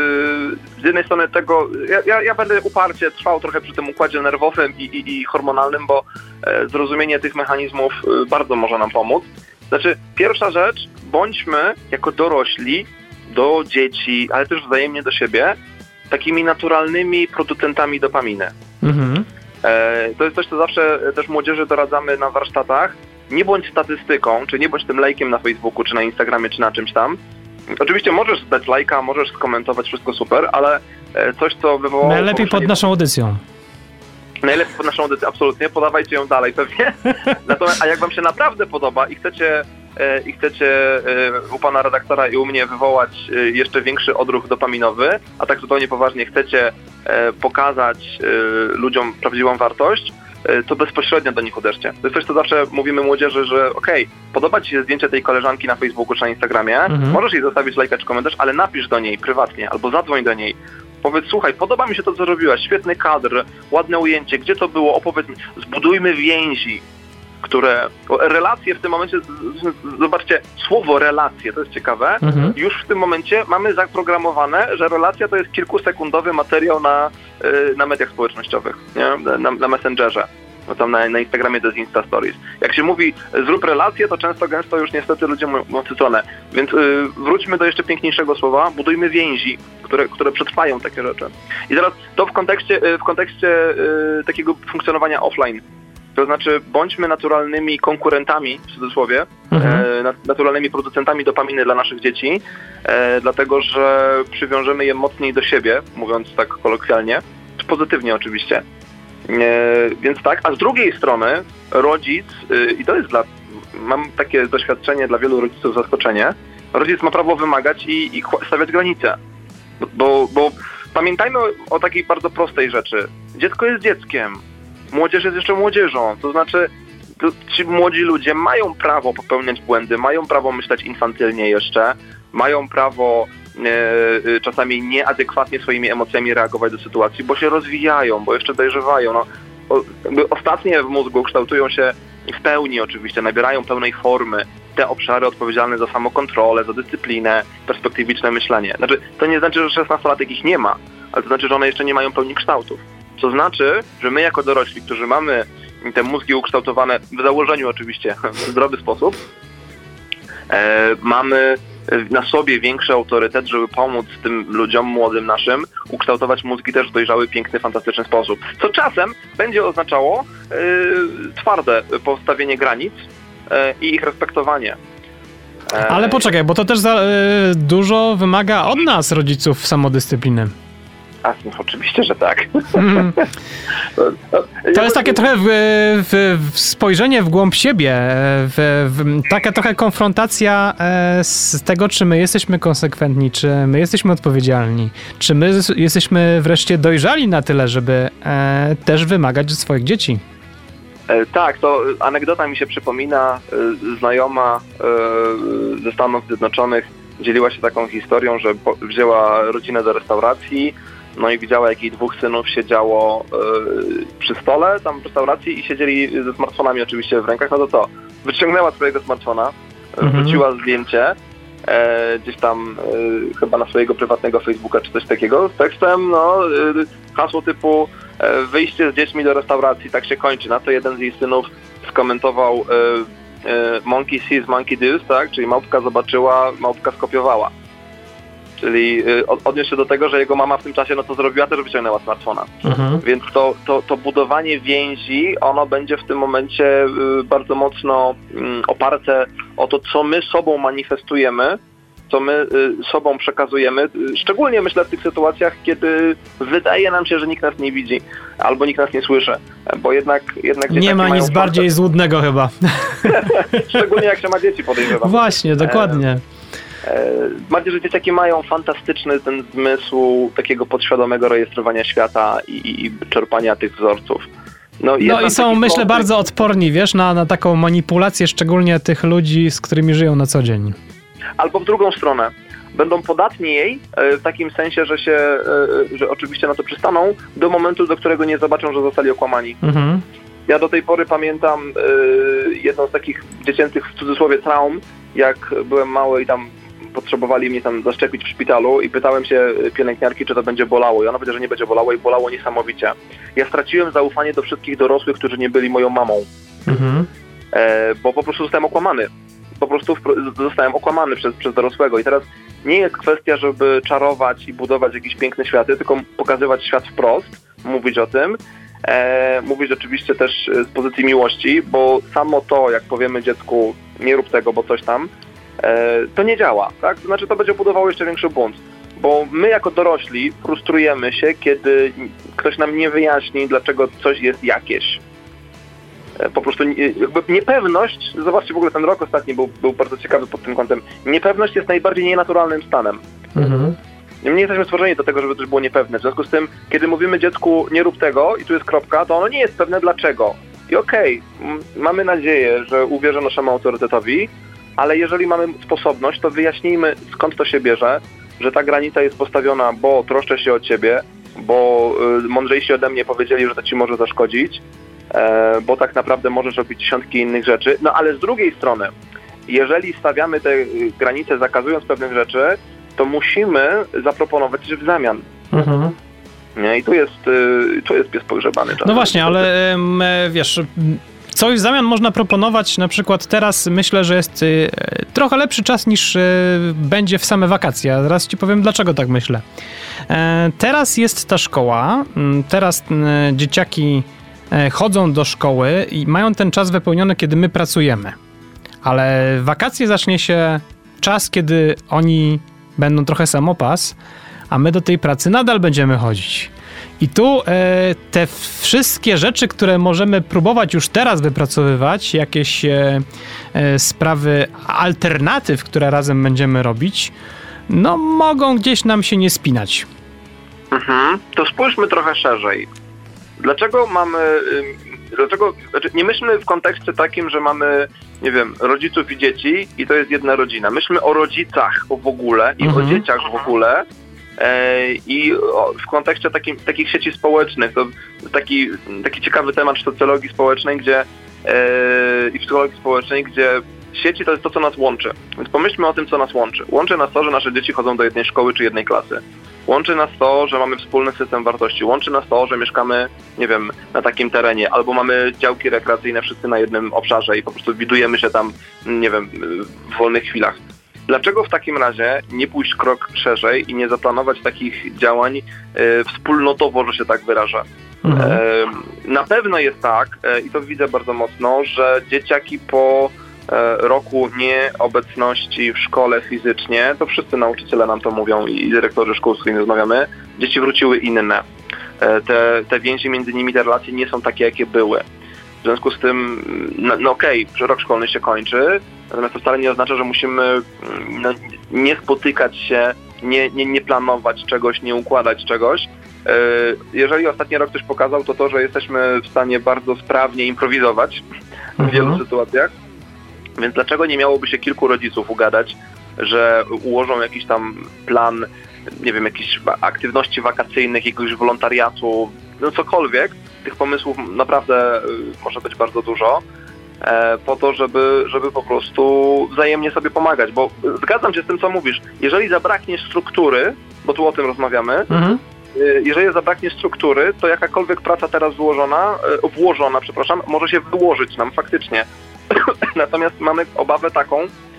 z jednej strony tego, ja, ja, ja będę uparcie trwał trochę przy tym układzie nerwowym i, i, i hormonalnym, bo e, zrozumienie tych mechanizmów e, bardzo może nam pomóc. Znaczy, pierwsza rzecz, bądźmy jako dorośli do dzieci, ale też wzajemnie do siebie, takimi naturalnymi producentami dopaminy. Mhm. E, to jest coś, co zawsze też młodzieży doradzamy na warsztatach. Nie bądź statystyką, czy nie bądź tym lajkiem na Facebooku, czy na Instagramie, czy na czymś tam. Oczywiście możesz dać lajka, możesz skomentować, wszystko super, ale coś, co wywołało... Najlepiej pod naszą audycją. Najlepiej pod naszą audycją, absolutnie. Podawajcie ją dalej pewnie. Natomiast, a jak wam się naprawdę podoba i chcecie, i chcecie u pana redaktora i u mnie wywołać jeszcze większy odruch dopaminowy, a tak zupełnie poważnie chcecie pokazać ludziom prawdziwą wartość, to bezpośrednio do nich uderzcie. To jest coś, co zawsze mówimy młodzieży, że okej, okay, podoba ci się zdjęcie tej koleżanki na Facebooku czy na Instagramie, mhm. możesz jej zostawić lajka czy komentarz, ale napisz do niej prywatnie albo zadzwoń do niej. Powiedz, słuchaj, podoba mi się to, co robiłaś, świetny kadr, ładne ujęcie, gdzie to było, opowiedz mi, zbudujmy więzi, które, relacje w tym momencie, zobaczcie, słowo relacje, to jest ciekawe, mhm. już w tym momencie mamy zaprogramowane, że relacja to jest kilkusekundowy materiał na, na mediach społecznościowych, nie? Na, na Messengerze. No tam na, na Instagramie to jest Insta Stories. Jak się mówi zrób relacje, to często gęsto już niestety ludzie mówią cycone. Więc yy, wróćmy do jeszcze piękniejszego słowa, budujmy więzi, które, które przetrwają takie rzeczy. I teraz to w kontekście, yy, w kontekście yy, takiego funkcjonowania offline. To znaczy bądźmy naturalnymi konkurentami, w cudzysłowie, mhm. e, naturalnymi producentami dopaminy dla naszych dzieci, e, dlatego że przywiążemy je mocniej do siebie, mówiąc tak kolokwialnie, pozytywnie oczywiście. E, więc tak, a z drugiej strony rodzic, e, i to jest dla, mam takie doświadczenie dla wielu rodziców zaskoczenie, rodzic ma prawo wymagać i, i stawiać granice, bo, bo, bo pamiętajmy o, o takiej bardzo prostej rzeczy. Dziecko jest dzieckiem. Młodzież jest jeszcze młodzieżą, to znaczy ci młodzi ludzie mają prawo popełniać błędy, mają prawo myśleć infantylnie jeszcze, mają prawo e, czasami nieadekwatnie swoimi emocjami reagować do sytuacji, bo się rozwijają, bo jeszcze dojrzewają. No, o, ostatnie w mózgu kształtują się w pełni oczywiście, nabierają pełnej formy te obszary odpowiedzialne za samokontrolę, za dyscyplinę, perspektywiczne myślenie. Znaczy, to nie znaczy, że szesnastolatek ich nie ma, ale to znaczy, że one jeszcze nie mają pełni kształtów. To znaczy, że my jako dorośli, którzy mamy te mózgi ukształtowane w założeniu oczywiście w zdrowy sposób, e, mamy na sobie większy autorytet, żeby pomóc tym ludziom młodym naszym ukształtować mózgi też w dojrzały, piękny, fantastyczny sposób. Co czasem będzie oznaczało e, twarde postawienie granic e, i ich respektowanie. E, Ale poczekaj, bo to też za, e, dużo wymaga od nas, rodziców, samodyscypliny. A, no, oczywiście, że tak. Mm. To jest takie trochę w, w, w spojrzenie w głąb siebie, w, w, taka trochę konfrontacja z tego, czy my jesteśmy konsekwentni, czy my jesteśmy odpowiedzialni, czy my jesteśmy wreszcie dojrzali na tyle, żeby e, też wymagać od swoich dzieci. E, tak, to anegdota mi się przypomina, e, znajoma e, ze Stanów Zjednoczonych dzieliła się taką historią, że po, wzięła rodzinę do restauracji, no i widziała, jak jej dwóch synów siedziało yy, przy stole tam w restauracji i siedzieli ze smartfonami oczywiście w rękach. No to co? Wyciągnęła swojego smartfona, mhm. wróciła zdjęcie e, gdzieś tam e, chyba na swojego prywatnego Facebooka czy coś takiego z tekstem, no e, hasło typu e, wyjście z dziećmi do restauracji, tak się kończy. Na to jeden z jej synów skomentował e, e, monkey sees, monkey does, tak? Czyli małpka zobaczyła, małpka skopiowała. Czyli odniósł się do tego, że jego mama w tym czasie no to zrobiła, też wyciągnęła smartfona. Mhm. Więc to, to, to budowanie więzi, ono będzie w tym momencie bardzo mocno oparte o to, co my sobą manifestujemy, co my sobą przekazujemy. Szczególnie myślę w tych sytuacjach, kiedy wydaje nam się, że nikt nas nie widzi albo nikt nas nie słyszy. Bo jednak, jednak nie ma nic bardziej fantaz- złudnego chyba. Szczególnie jak się ma dzieci, podejrzewam. Właśnie, dokładnie. Bardziej, że dzieciaki mają fantastyczny ten zmysł takiego podświadomego rejestrowania świata i, i czerpania tych wzorców. No, no i są, myślę, sposób... bardzo odporni, wiesz, na, na taką manipulację, szczególnie tych ludzi, z którymi żyją na co dzień. Albo w drugą stronę. Będą podatni jej w takim sensie, że się, że oczywiście na to przystaną do momentu, do którego nie zobaczą, że zostali okłamani. Mhm. Ja do tej pory pamiętam yy, jedną z takich dziecięcych, w cudzysłowie, traum, jak byłem mały i tam potrzebowali mnie tam zaszczepić w szpitalu i pytałem się pielęgniarki, czy to będzie bolało. I ona powiedziała, że nie będzie bolało i bolało niesamowicie. Ja straciłem zaufanie do wszystkich dorosłych, którzy nie byli moją mamą. Mhm. E, bo po prostu zostałem okłamany. Po prostu zostałem okłamany przez, przez dorosłego. I teraz nie jest kwestia, żeby czarować i budować jakieś piękne światy, tylko pokazywać świat wprost, mówić o tym. E, mówić oczywiście też z pozycji miłości, bo samo to, jak powiemy dziecku, nie rób tego, bo coś tam, e, to nie działa, tak? To znaczy, to będzie budowało jeszcze większy bunt, bo my jako dorośli frustrujemy się, kiedy ktoś nam nie wyjaśni, dlaczego coś jest jakieś. E, po prostu jakby niepewność, zobaczcie, w ogóle ten rok ostatni był, był bardzo ciekawy pod tym kątem, niepewność jest najbardziej nienaturalnym stanem. Mhm. Nie jesteśmy stworzeni do tego, żeby coś było niepewne. W związku z tym, kiedy mówimy dziecku, nie rób tego i tu jest kropka, to ono nie jest pewne dlaczego. I okej, okay, mamy nadzieję, że uwierzy naszemu autorytetowi, ale jeżeli mamy sposobność, to wyjaśnijmy, skąd to się bierze, że ta granica jest postawiona, bo troszczę się o ciebie, bo y, mądrzejsi ode mnie powiedzieli, że to ci może zaszkodzić, e, bo tak naprawdę możesz robić dziesiątki innych rzeczy. No ale z drugiej strony, jeżeli stawiamy te granice zakazując pewnych rzeczy, to musimy zaproponować coś w zamian. Mhm. Nie? I tu jest, tu jest pies pogrzebany. Czasem. No właśnie, ale wiesz, coś w zamian można proponować, na przykład teraz myślę, że jest trochę lepszy czas niż będzie w same wakacje. A zaraz ci powiem, dlaczego tak myślę. Teraz jest ta szkoła, teraz dzieciaki chodzą do szkoły i mają ten czas wypełniony, kiedy my pracujemy. Ale w wakacje zacznie się czas, kiedy oni będą trochę samopas, a my do tej pracy nadal będziemy chodzić. I tu e, te wszystkie rzeczy, które możemy próbować już teraz wypracowywać, jakieś e, e, sprawy alternatyw, które razem będziemy robić, no mogą gdzieś nam się nie spinać. Mhm. To spójrzmy trochę szerzej. Dlaczego mamy... Dlaczego, znaczy nie myślmy w kontekście takim, że mamy, nie wiem, rodziców i dzieci i to jest jedna rodzina. Myślmy o rodzicach w ogóle i mhm. o dzieciach w ogóle e, i o, w kontekście takim, takich sieci społecznych. To taki, taki ciekawy temat w socjologii społecznej, gdzie e, i w psychologii społecznej, gdzie sieci to jest to, co nas łączy. Więc pomyślmy o tym, co nas łączy. Łączy nas to, że nasze dzieci chodzą do jednej szkoły czy jednej klasy. Łączy nas to, że mamy wspólny system wartości. Łączy nas to, że mieszkamy, nie wiem, na takim terenie. Albo mamy działki rekreacyjne wszyscy na jednym obszarze i po prostu widujemy się tam, nie wiem, w wolnych chwilach. Dlaczego w takim razie nie pójść krok szerzej i nie zaplanować takich działań e, wspólnotowo, że się tak wyrażę? Mhm. E, na pewno jest tak, e, i to widzę bardzo mocno, że dzieciaki po roku nieobecności w szkole fizycznie, to wszyscy nauczyciele nam to mówią i dyrektorzy szkół, z którymi rozmawiamy, dzieci wróciły inne. Te, te więzi między nimi, te relacje nie są takie, jakie były. W związku z tym, no, no okej, okay, że rok szkolny się kończy, natomiast to wcale nie oznacza, że musimy no, nie spotykać się, nie, nie, nie planować czegoś, nie układać czegoś. Jeżeli ostatni rok coś pokazał, to to, że jesteśmy w stanie bardzo sprawnie improwizować w mhm. wielu sytuacjach. Więc dlaczego nie miałoby się kilku rodziców ugadać, że ułożą jakiś tam plan, nie wiem, jakichś aktywności wakacyjnych, jakiegoś wolontariatu, no cokolwiek. Tych pomysłów naprawdę może być bardzo dużo, e, po to, żeby, żeby po prostu wzajemnie sobie pomagać. Bo zgadzam się z tym, co mówisz. Jeżeli zabraknie struktury, bo tu o tym rozmawiamy, mhm. jeżeli zabraknie struktury, to jakakolwiek praca teraz wyłożona, włożona, przepraszam, może się wyłożyć nam faktycznie. Natomiast mamy obawę taką,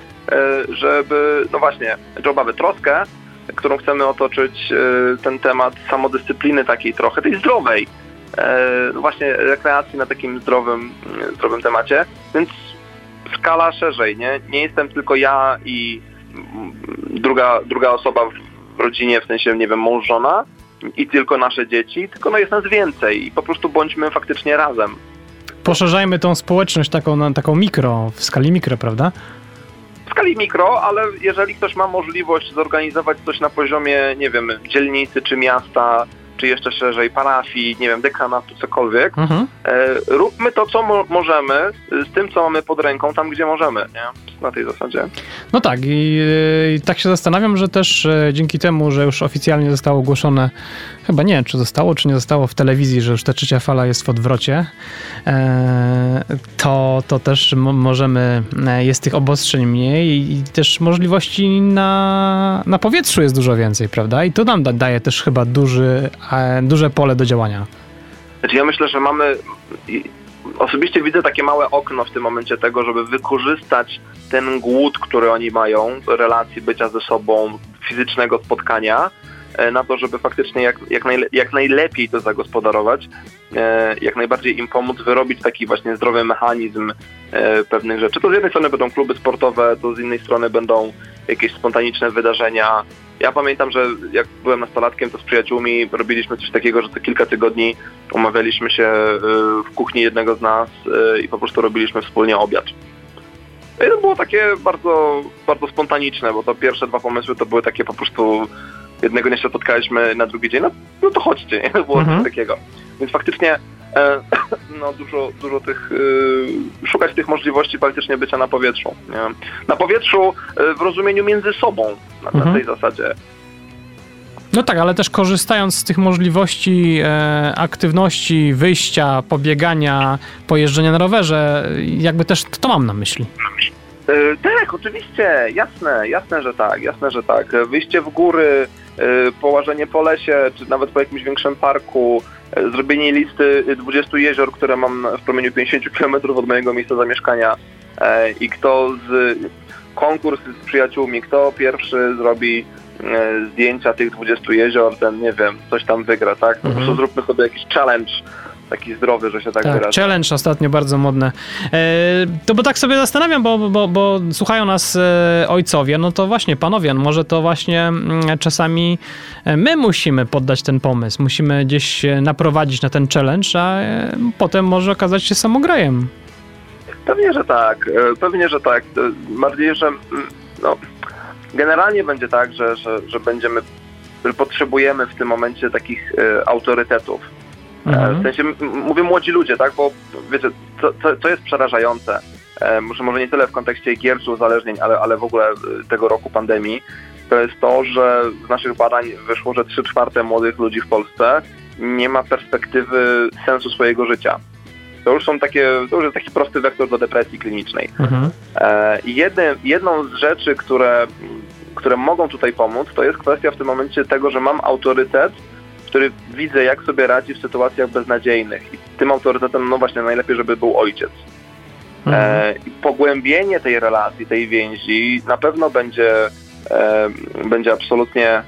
żeby, no właśnie, czy obawę, troskę, którą chcemy otoczyć ten temat samodyscypliny takiej trochę, tej zdrowej, no właśnie rekreacji na takim zdrowym, zdrowym temacie, więc skala szerzej, nie? Nie jestem tylko ja i druga, druga osoba w rodzinie, w sensie, nie wiem, mąż, żona i tylko nasze dzieci, tylko no jest nas więcej i po prostu bądźmy faktycznie razem. Poszerzajmy tą społeczność taką, na taką mikro, w skali mikro, prawda? W skali mikro, ale jeżeli ktoś ma możliwość zorganizować coś na poziomie, nie wiem, dzielnicy czy miasta, czy jeszcze szerzej parafii, nie wiem, dekanatu, cokolwiek. Mhm. E, róbmy to, co mo- możemy, z tym, co mamy pod ręką, tam, gdzie możemy, nie? Na tej zasadzie. No tak, i, i tak się zastanawiam, że też e, dzięki temu, że już oficjalnie zostało ogłoszone, chyba nie wiem, czy zostało, czy nie zostało w telewizji, że już ta trzecia fala jest w odwrocie, e, to, to też m- możemy, e, jest tych obostrzeń mniej i, i też możliwości na, na powietrzu jest dużo więcej, prawda? I to nam da, daje też chyba duży, e, duże pole do działania. Znaczy ja myślę, że mamy... Osobiście widzę takie małe okno w tym momencie tego, żeby wykorzystać ten głód, który oni mają, relacji, bycia ze sobą, fizycznego spotkania, na to, żeby faktycznie jak, jak, najle, jak najlepiej to zagospodarować, jak najbardziej im pomóc wyrobić taki właśnie zdrowy mechanizm pewnych rzeczy. To z jednej strony będą kluby sportowe, to z innej strony będą jakieś spontaniczne wydarzenia. Ja pamiętam, że jak byłem nastolatkiem, to z przyjaciółmi robiliśmy coś takiego, że co kilka tygodni umawialiśmy się w kuchni jednego z nas i po prostu robiliśmy wspólnie obiad. I to było takie bardzo, bardzo spontaniczne, bo to pierwsze dwa pomysły to były takie po prostu jednego dnia się spotkaliśmy, na drugi dzień, no, no to chodźcie, nie? To było Mhm. coś takiego. Więc faktycznie e, no dużo, dużo tych, e, szukać tych możliwości faktycznie bycia na powietrzu. Nie? Na powietrzu e, w rozumieniu między sobą, na, Mhm. na tej zasadzie. No tak, ale też korzystając z tych możliwości e, aktywności, wyjścia, pobiegania, pojeżdżenia na rowerze, jakby też to mam na myśli. E, tak, oczywiście, jasne, jasne, że tak, jasne, że tak. Wyjście w góry, e, połażenie po lesie, czy nawet po jakimś większym parku, e, zrobienie listy dwudziestu jezior, które mam w promieniu pięćdziesiąt kilometrów od mojego miejsca zamieszkania e, i kto z konkurs z przyjaciółmi, kto pierwszy zrobi e, zdjęcia tych dwudziestu jezior, ten, nie wiem, coś tam wygra, tak? Po prostu zróbmy sobie jakiś challenge, taki zdrowy, że się tak, Tak, wyrażę. challenge ostatnio bardzo modne. E, to bo tak sobie zastanawiam, bo, bo, bo słuchają nas e, ojcowie, no to właśnie panowie, no może to właśnie mm, czasami my musimy poddać ten pomysł, musimy gdzieś się naprowadzić na ten challenge, a e, potem może okazać się samograjem. Pewnie, że tak, e, pewnie, że tak. E, Bardziej, że mm, no, generalnie będzie tak, że, że, że będziemy, że potrzebujemy w tym momencie takich e, autorytetów. Mhm. W sensie, m- mówię młodzi ludzie, tak, bo wiecie, co, co, co jest przerażające, e, może, może nie tyle w kontekście gier czy uzależnień, ale, ale w ogóle tego roku pandemii, to jest to, że z naszych badań wyszło, że trzy czwarte młodych ludzi w Polsce nie ma perspektywy sensu swojego życia. To już są takie, to już jest taki prosty wektor do depresji klinicznej. Mhm. E, jednym, jedną z rzeczy, które, które mogą tutaj pomóc, to jest kwestia w tym momencie tego, że mam autorytet, który widzę, jak sobie radzi w sytuacjach beznadziejnych. I tym autorytetem, no właśnie, najlepiej, żeby był ojciec. Mhm. E, i pogłębienie tej relacji, tej więzi na pewno będzie, e, będzie absolutnie e,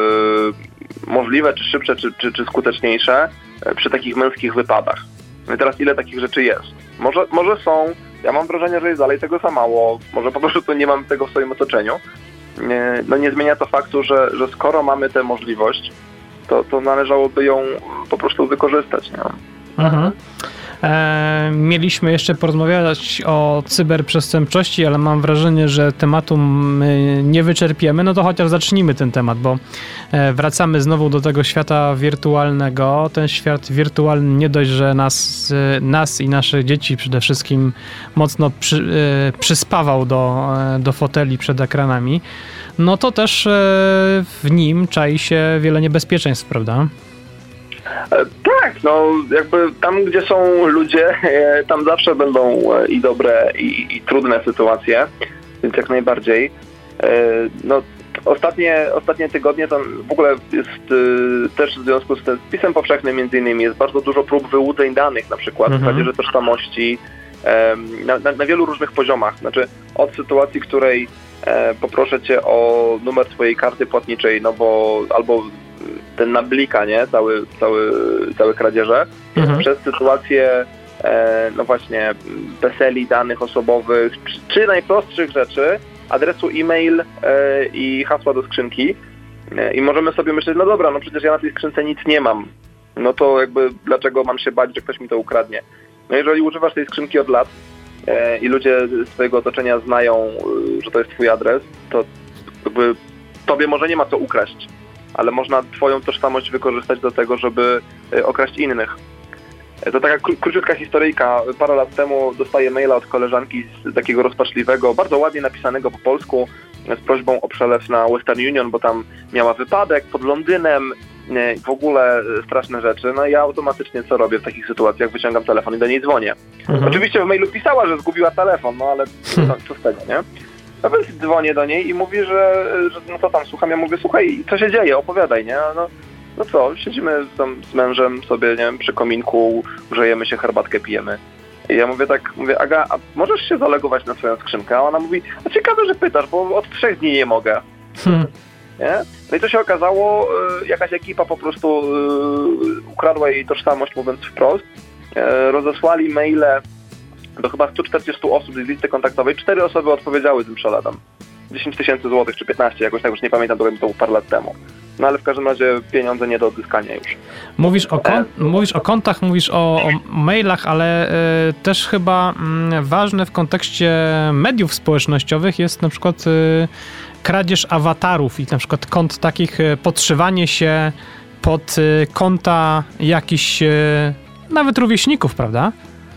możliwe, czy szybsze, czy, czy, czy skuteczniejsze e, przy takich męskich wypadach. No i teraz ile takich rzeczy jest? Może, może są, ja mam wrażenie, że jest dalej tego za mało, może po prostu nie mam tego w swoim otoczeniu. E, no nie zmienia to faktu, że, że skoro mamy tę możliwość, to, to należałoby ją po prostu wykorzystać. Nie? Mhm. E, mieliśmy jeszcze porozmawiać o cyberprzestępczości, ale mam wrażenie, że tematu my nie wyczerpiemy, no to chociaż zacznijmy ten temat, bo e, wracamy znowu do tego świata wirtualnego. Ten świat wirtualny nie dość, że nas, e, nas i nasze dzieci przede wszystkim mocno przy, e, przyspawał do, e, do foteli przed ekranami, no to też e, w nim czai się wiele niebezpieczeństw, prawda? E, tak, no jakby tam, gdzie są ludzie, e, tam zawsze będą e, i dobre, i, i trudne sytuacje, więc jak najbardziej. E, no ostatnie, ostatnie tygodnie to w ogóle jest e, też w związku z tym spisem powszechnym między innymi jest bardzo dużo prób wyłudzeń danych, na przykład Mhm. w kradzieży tożsamości e, na, na, na wielu różnych poziomach. Znaczy od sytuacji, której e, poproszę cię o numer twojej karty płatniczej, no bo albo ten na blika, nie? Cały, cały, całe kradzieże, Mhm. przez sytuację e, no właśnie PESEL-i, danych osobowych, czy, czy najprostszych rzeczy, adresu e-mail e, i hasła do skrzynki e, i możemy sobie myśleć, no dobra, no przecież ja na tej skrzynce nic nie mam, no to jakby dlaczego mam się bać, że ktoś mi to ukradnie. No jeżeli używasz tej skrzynki od lat e, i ludzie z twojego otoczenia znają, e, że to jest twój adres, to jakby tobie może nie ma co ukraść. ale można twoją tożsamość wykorzystać do tego, żeby okraść innych. To taka kró- króciutka historyjka. Parę lat temu dostaję maila od koleżanki z takiego rozpaczliwego, bardzo ładnie napisanego po polsku, z prośbą o przelew na Western Union, bo tam miała wypadek pod Londynem, w ogóle straszne rzeczy. No i ja automatycznie co robię w takich sytuacjach? Wyciągam telefon i do niej dzwonię. Mhm. Oczywiście w mailu pisała, że zgubiła telefon, no ale no, co z tego, nie? No więc dzwonię do niej i mówi, że, że no co tam, słucham, ja mówię, słuchaj, co się dzieje, opowiadaj, nie? No, no co, siedzimy tam z mężem sobie, nie wiem, przy kominku, grzejemy się, herbatkę pijemy. I ja mówię tak, mówię, Aga, a możesz się zalogować na swoją skrzynkę? A ona mówi, a ciekawe, że pytasz, bo od trzech dni nie mogę. Hmm. Nie? No i to się okazało, y, jakaś ekipa po prostu y, ukradła jej tożsamość, mówiąc wprost. Y, rozesłali maile do chyba sto czterdzieści osób z listy kontaktowej. Cztery osoby odpowiedziały tym przeletem. dziesięć tysięcy złotych czy piętnaście, jakoś tak już nie pamiętam, to było parę lat temu. No ale w każdym razie pieniądze nie do odzyskania już. Mówisz o, kon- mówisz o kontach, mówisz o, o mailach, ale y, też chyba y, ważne w kontekście mediów społecznościowych jest na przykład y, kradzież awatarów i na przykład kont takich, y, podszywanie się pod y, konta jakichś y, nawet rówieśników, prawda?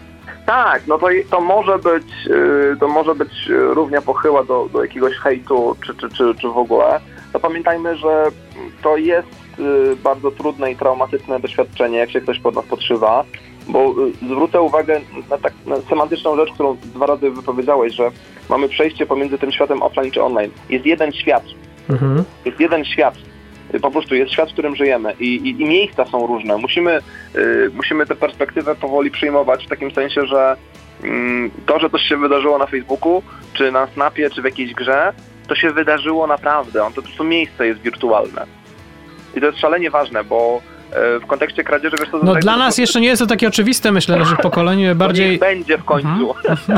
Tak, no to, to może być y, to może być równia pochyła do, do jakiegoś hejtu czy, czy, czy, czy w ogóle. To pamiętajmy, że to jest y, bardzo trudne i traumatyczne doświadczenie, jak się ktoś pod nas podszywa, bo y, zwrócę uwagę na, tak, na semantyczną rzecz, którą dwa razy wypowiedziałeś, że mamy przejście pomiędzy tym światem offline czy online. Jest jeden świat. Mhm. Jest jeden świat. Y, po prostu jest świat, w którym żyjemy i, i, i miejsca są różne. Musimy, y, musimy tę perspektywę powoli przyjmować w takim sensie, że y, to, że coś się wydarzyło na Facebooku, czy na Snapie, czy w jakiejś grze, to się wydarzyło naprawdę. On to po prostu miejsce jest wirtualne. I to jest szalenie ważne, bo e, w kontekście kradzieży... Wiesz, to no dla nas to... jeszcze nie jest to takie oczywiste, myślę, naszych pokoleniu bardziej... Niech będzie w końcu. Mhm.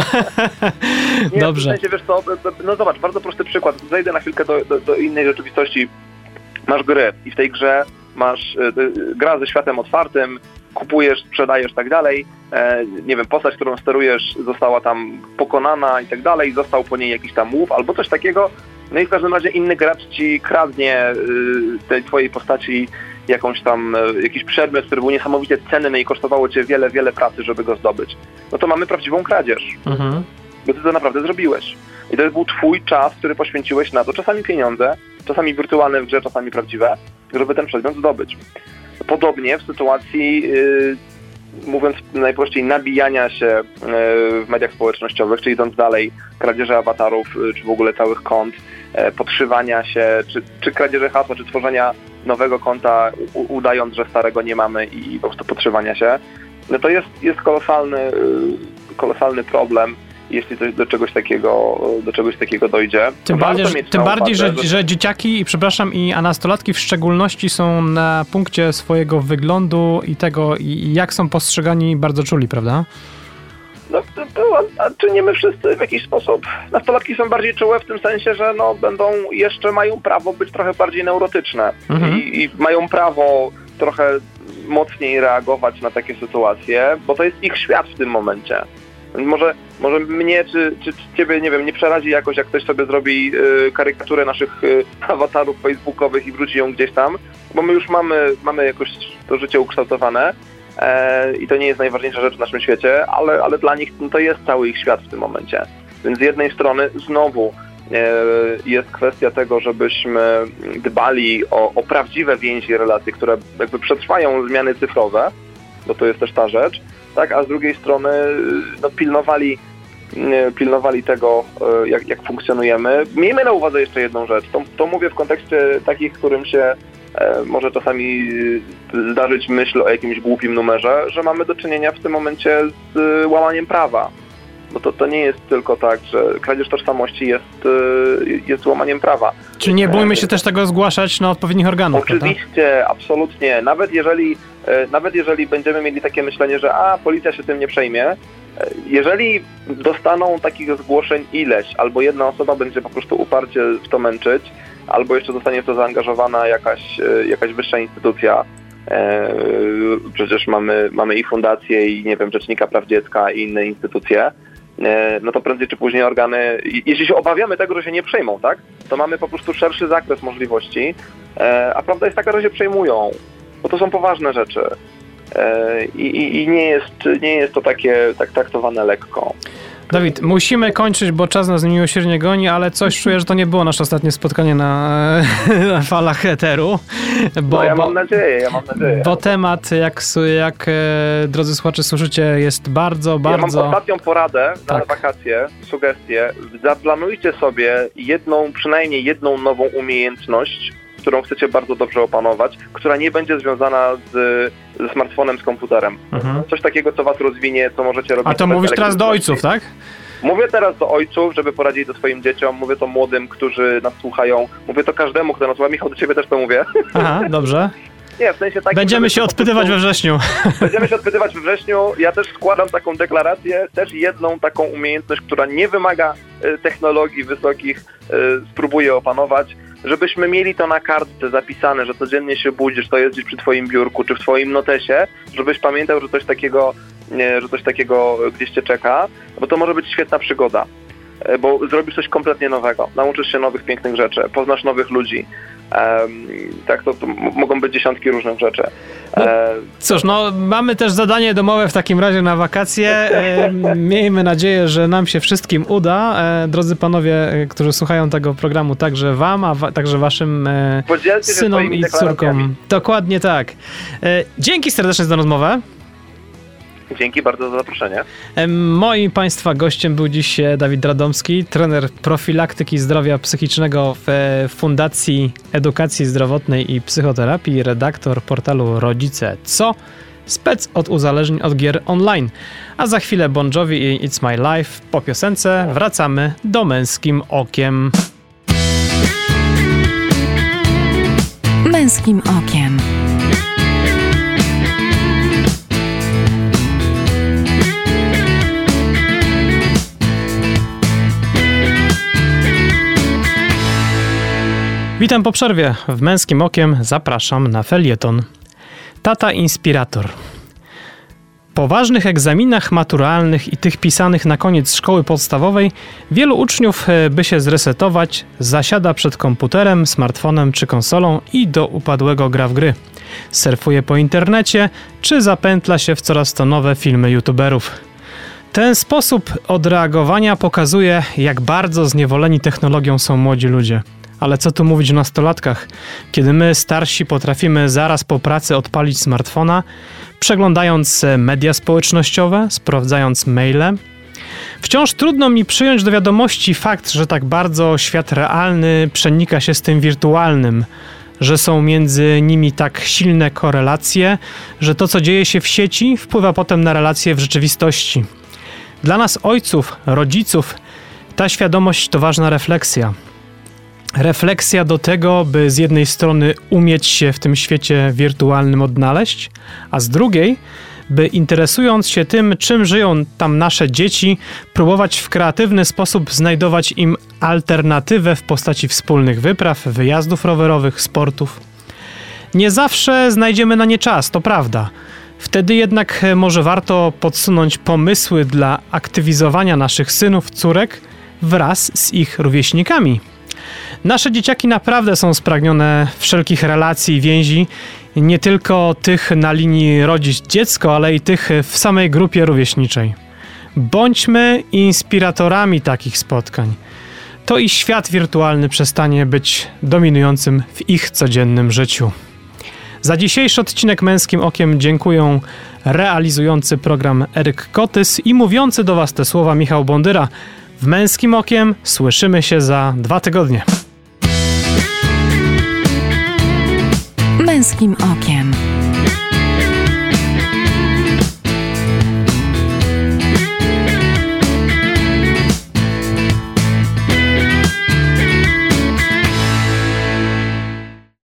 nie, Dobrze. W sensie, wiesz co, no zobacz, bardzo prosty przykład. Zejdę na chwilkę do, do, do innej rzeczywistości. Masz grę i w tej grze masz y, gra ze światem otwartym, kupujesz, sprzedajesz i tak dalej. E, nie wiem, postać, którą sterujesz, została tam pokonana i tak dalej, został po niej jakiś tam łów albo coś takiego. No i w każdym razie inny gracz ci kradnie y, tej twojej postaci jakąś tam, y, jakiś przedmiot, który był niesamowicie cenny i kosztowało cię wiele, wiele pracy, żeby go zdobyć. No to mamy prawdziwą kradzież. Mhm. Bo ty to naprawdę zrobiłeś. I to był twój czas, który poświęciłeś na to, czasami pieniądze, czasami wirtualne w grze, czasami prawdziwe, żeby ten przedmiot zdobyć. Podobnie w sytuacji, yy, mówiąc najprościej, nabijania się yy, w mediach społecznościowych, czy idąc dalej, kradzieży awatarów, yy, czy w ogóle całych kont, yy, podszywania się, czy, czy kradzieży hasła, czy tworzenia nowego konta, u, udając, że starego nie mamy i po prostu podszywania się, no to jest, jest kolosalny, yy, kolosalny problem. Jeśli do, do czegoś takiego do czegoś takiego dojdzie. Tym bardziej, że, tym bardziej że, że... że dzieciaki, i przepraszam, i a nastolatki w szczególności są na punkcie swojego wyglądu i tego, i jak są postrzegani, bardzo czuli, prawda? No, to, to, a czy nie my wszyscy w jakiś sposób? Nastolatki są bardziej czułe w tym sensie, że no, będą jeszcze mają prawo być trochę bardziej neurotyczne mhm. I, i mają prawo trochę mocniej reagować na takie sytuacje, bo to jest ich świat w tym momencie. Może, może mnie czy, czy ciebie, nie wiem, nie przerazi jakoś, jak ktoś sobie zrobi y, karykaturę naszych y, awatarów facebookowych i wrzuci ją gdzieś tam, bo my już mamy, mamy jakoś to życie ukształtowane e, i to nie jest najważniejsza rzecz w naszym świecie, ale, ale dla nich no, to jest cały ich świat w tym momencie. Więc z jednej strony znowu e, jest kwestia tego, żebyśmy dbali o, o prawdziwe więzi i relacje, które jakby przetrwają zmiany cyfrowe, bo to jest też ta rzecz, tak, a z drugiej strony no, pilnowali, pilnowali tego, jak, jak funkcjonujemy. Miejmy na uwadze jeszcze jedną rzecz. To, to mówię w kontekście takich, którym się e, może czasami zdarzyć myśl o jakimś głupim numerze, że mamy do czynienia w tym momencie z łamaniem prawa. Bo to, to nie jest tylko tak, że kradzież tożsamości jest, jest łamaniem prawa. Czy nie bójmy się też tego zgłaszać na odpowiednich organach? Oczywiście, prawda? Absolutnie. Nawet jeżeli, nawet jeżeli będziemy mieli takie myślenie, że a, policja się tym nie przejmie, jeżeli dostaną takich zgłoszeń ileś, albo jedna osoba będzie po prostu uparcie w to męczyć, albo jeszcze zostanie w to zaangażowana jakaś, jakaś wyższa instytucja, przecież mamy, mamy i fundację, i nie wiem, Rzecznika Praw Dziecka, i inne instytucje, no to prędzej czy później organy, jeśli się obawiamy tego, że się nie przejmą, tak, to mamy po prostu szerszy zakres możliwości, a prawda jest taka, że się przejmują, bo to są poważne rzeczy i, i, i nie jest, nie jest to takie tak traktowane lekko. Dawid, musimy kończyć, bo czas nas miłosiernie goni, ale coś czuję, że to nie było nasze ostatnie spotkanie na, na falach eteru. Bo, no ja bo, mam nadzieję, ja mam nadzieję. Bo temat, jak, jak drodzy słuchacze słyszycie, jest bardzo, bardzo... Ja mam ostatnią poradę na tak. wakacje, sugestię. Zaplanujcie sobie jedną, przynajmniej jedną nową umiejętność, którą chcecie bardzo dobrze opanować, która nie będzie związana z, ze smartfonem, z komputerem. Mhm. Coś takiego, co was rozwinie, co możecie robić. A to mówisz teraz do ojców, tak? Mówię teraz do ojców, żeby poradzić to swoim dzieciom, mówię to młodym, którzy nas słuchają, mówię to każdemu, kto nas słucha. Michał, do ciebie też to mówię. Aha, dobrze. Nie, w sensie takim, Będziemy się odpytywać we wrześniu. Będziemy się odpytywać we wrześniu. Ja też składam taką deklarację, też jedną taką umiejętność, która nie wymaga y, technologii wysokich, y, spróbuję opanować, żebyśmy mieli to na kartce zapisane, że codziennie się budzisz, to jest gdzieś przy twoim biurku, czy w twoim notesie, żebyś pamiętał, że coś takiego, nie, że coś takiego gdzieś cię czeka, bo to może być świetna przygoda, bo zrobisz coś kompletnie nowego, nauczysz się nowych, pięknych rzeczy, poznasz nowych ludzi. Um, tak, to, to mogą być dziesiątki różnych rzeczy. No, cóż, no mamy też zadanie domowe w takim razie na wakacje. E, miejmy nadzieję, że nam się wszystkim uda. E, drodzy panowie, którzy słuchają tego programu, także wam, a wa- także waszym e, synom i córkom. Dokładnie tak. E, dzięki serdecznie za rozmowę. Dzięki bardzo za zaproszenie. Moim Państwa gościem był dziś Dawid Radomski, trener profilaktyki zdrowia psychicznego w Fundacji Edukacji Zdrowotnej i Psychoterapii, redaktor portalu Rodzice Co, spec od uzależnień od gier online. A za chwilę Bon Jovi i It's My Life. Po piosence wracamy do Męskim Okiem. Męskim Okiem. Witam po przerwie. W Męskim Okiem zapraszam na felieton. Tata inspirator. Po ważnych egzaminach maturalnych i tych pisanych na koniec szkoły podstawowej wielu uczniów, by się zresetować, zasiada przed komputerem, smartfonem czy konsolą i do upadłego gra w gry. Surfuje po internecie czy zapętla się w coraz to nowe filmy youtuberów. Ten sposób odreagowania pokazuje, jak bardzo zniewoleni technologią są młodzi ludzie. Ale co tu mówić o nastolatkach, kiedy my starsi potrafimy zaraz po pracy odpalić smartfona, przeglądając media społecznościowe, sprawdzając maile. Wciąż trudno mi przyjąć do wiadomości fakt, że tak bardzo świat realny przenika się z tym wirtualnym, że są między nimi tak silne korelacje, że to, co dzieje się w sieci, wpływa potem na relacje w rzeczywistości. Dla nas ojców, rodziców, ta świadomość to ważna refleksja. Refleksja do tego, by z jednej strony umieć się w tym świecie wirtualnym odnaleźć, a z drugiej, by interesując się tym, czym żyją tam nasze dzieci, próbować w kreatywny sposób znajdować im alternatywę w postaci wspólnych wypraw, wyjazdów rowerowych, sportów. Nie zawsze znajdziemy na nie czas, to prawda. Wtedy jednak może warto podsunąć pomysły dla aktywizowania naszych synów, córek wraz z ich rówieśnikami. Nasze dzieciaki naprawdę są spragnione wszelkich relacji i więzi, nie tylko tych na linii rodzic-dziecko, ale i tych w samej grupie rówieśniczej. Bądźmy inspiratorami takich spotkań. To i świat wirtualny przestanie być dominującym w ich codziennym życiu. Za dzisiejszy odcinek Męskim Okiem dziękuję realizujący program Eryk Kotys i mówiący do Was te słowa Michał Bondyra. W Męskim Okiem słyszymy się za dwa tygodnie. Męskim Okiem.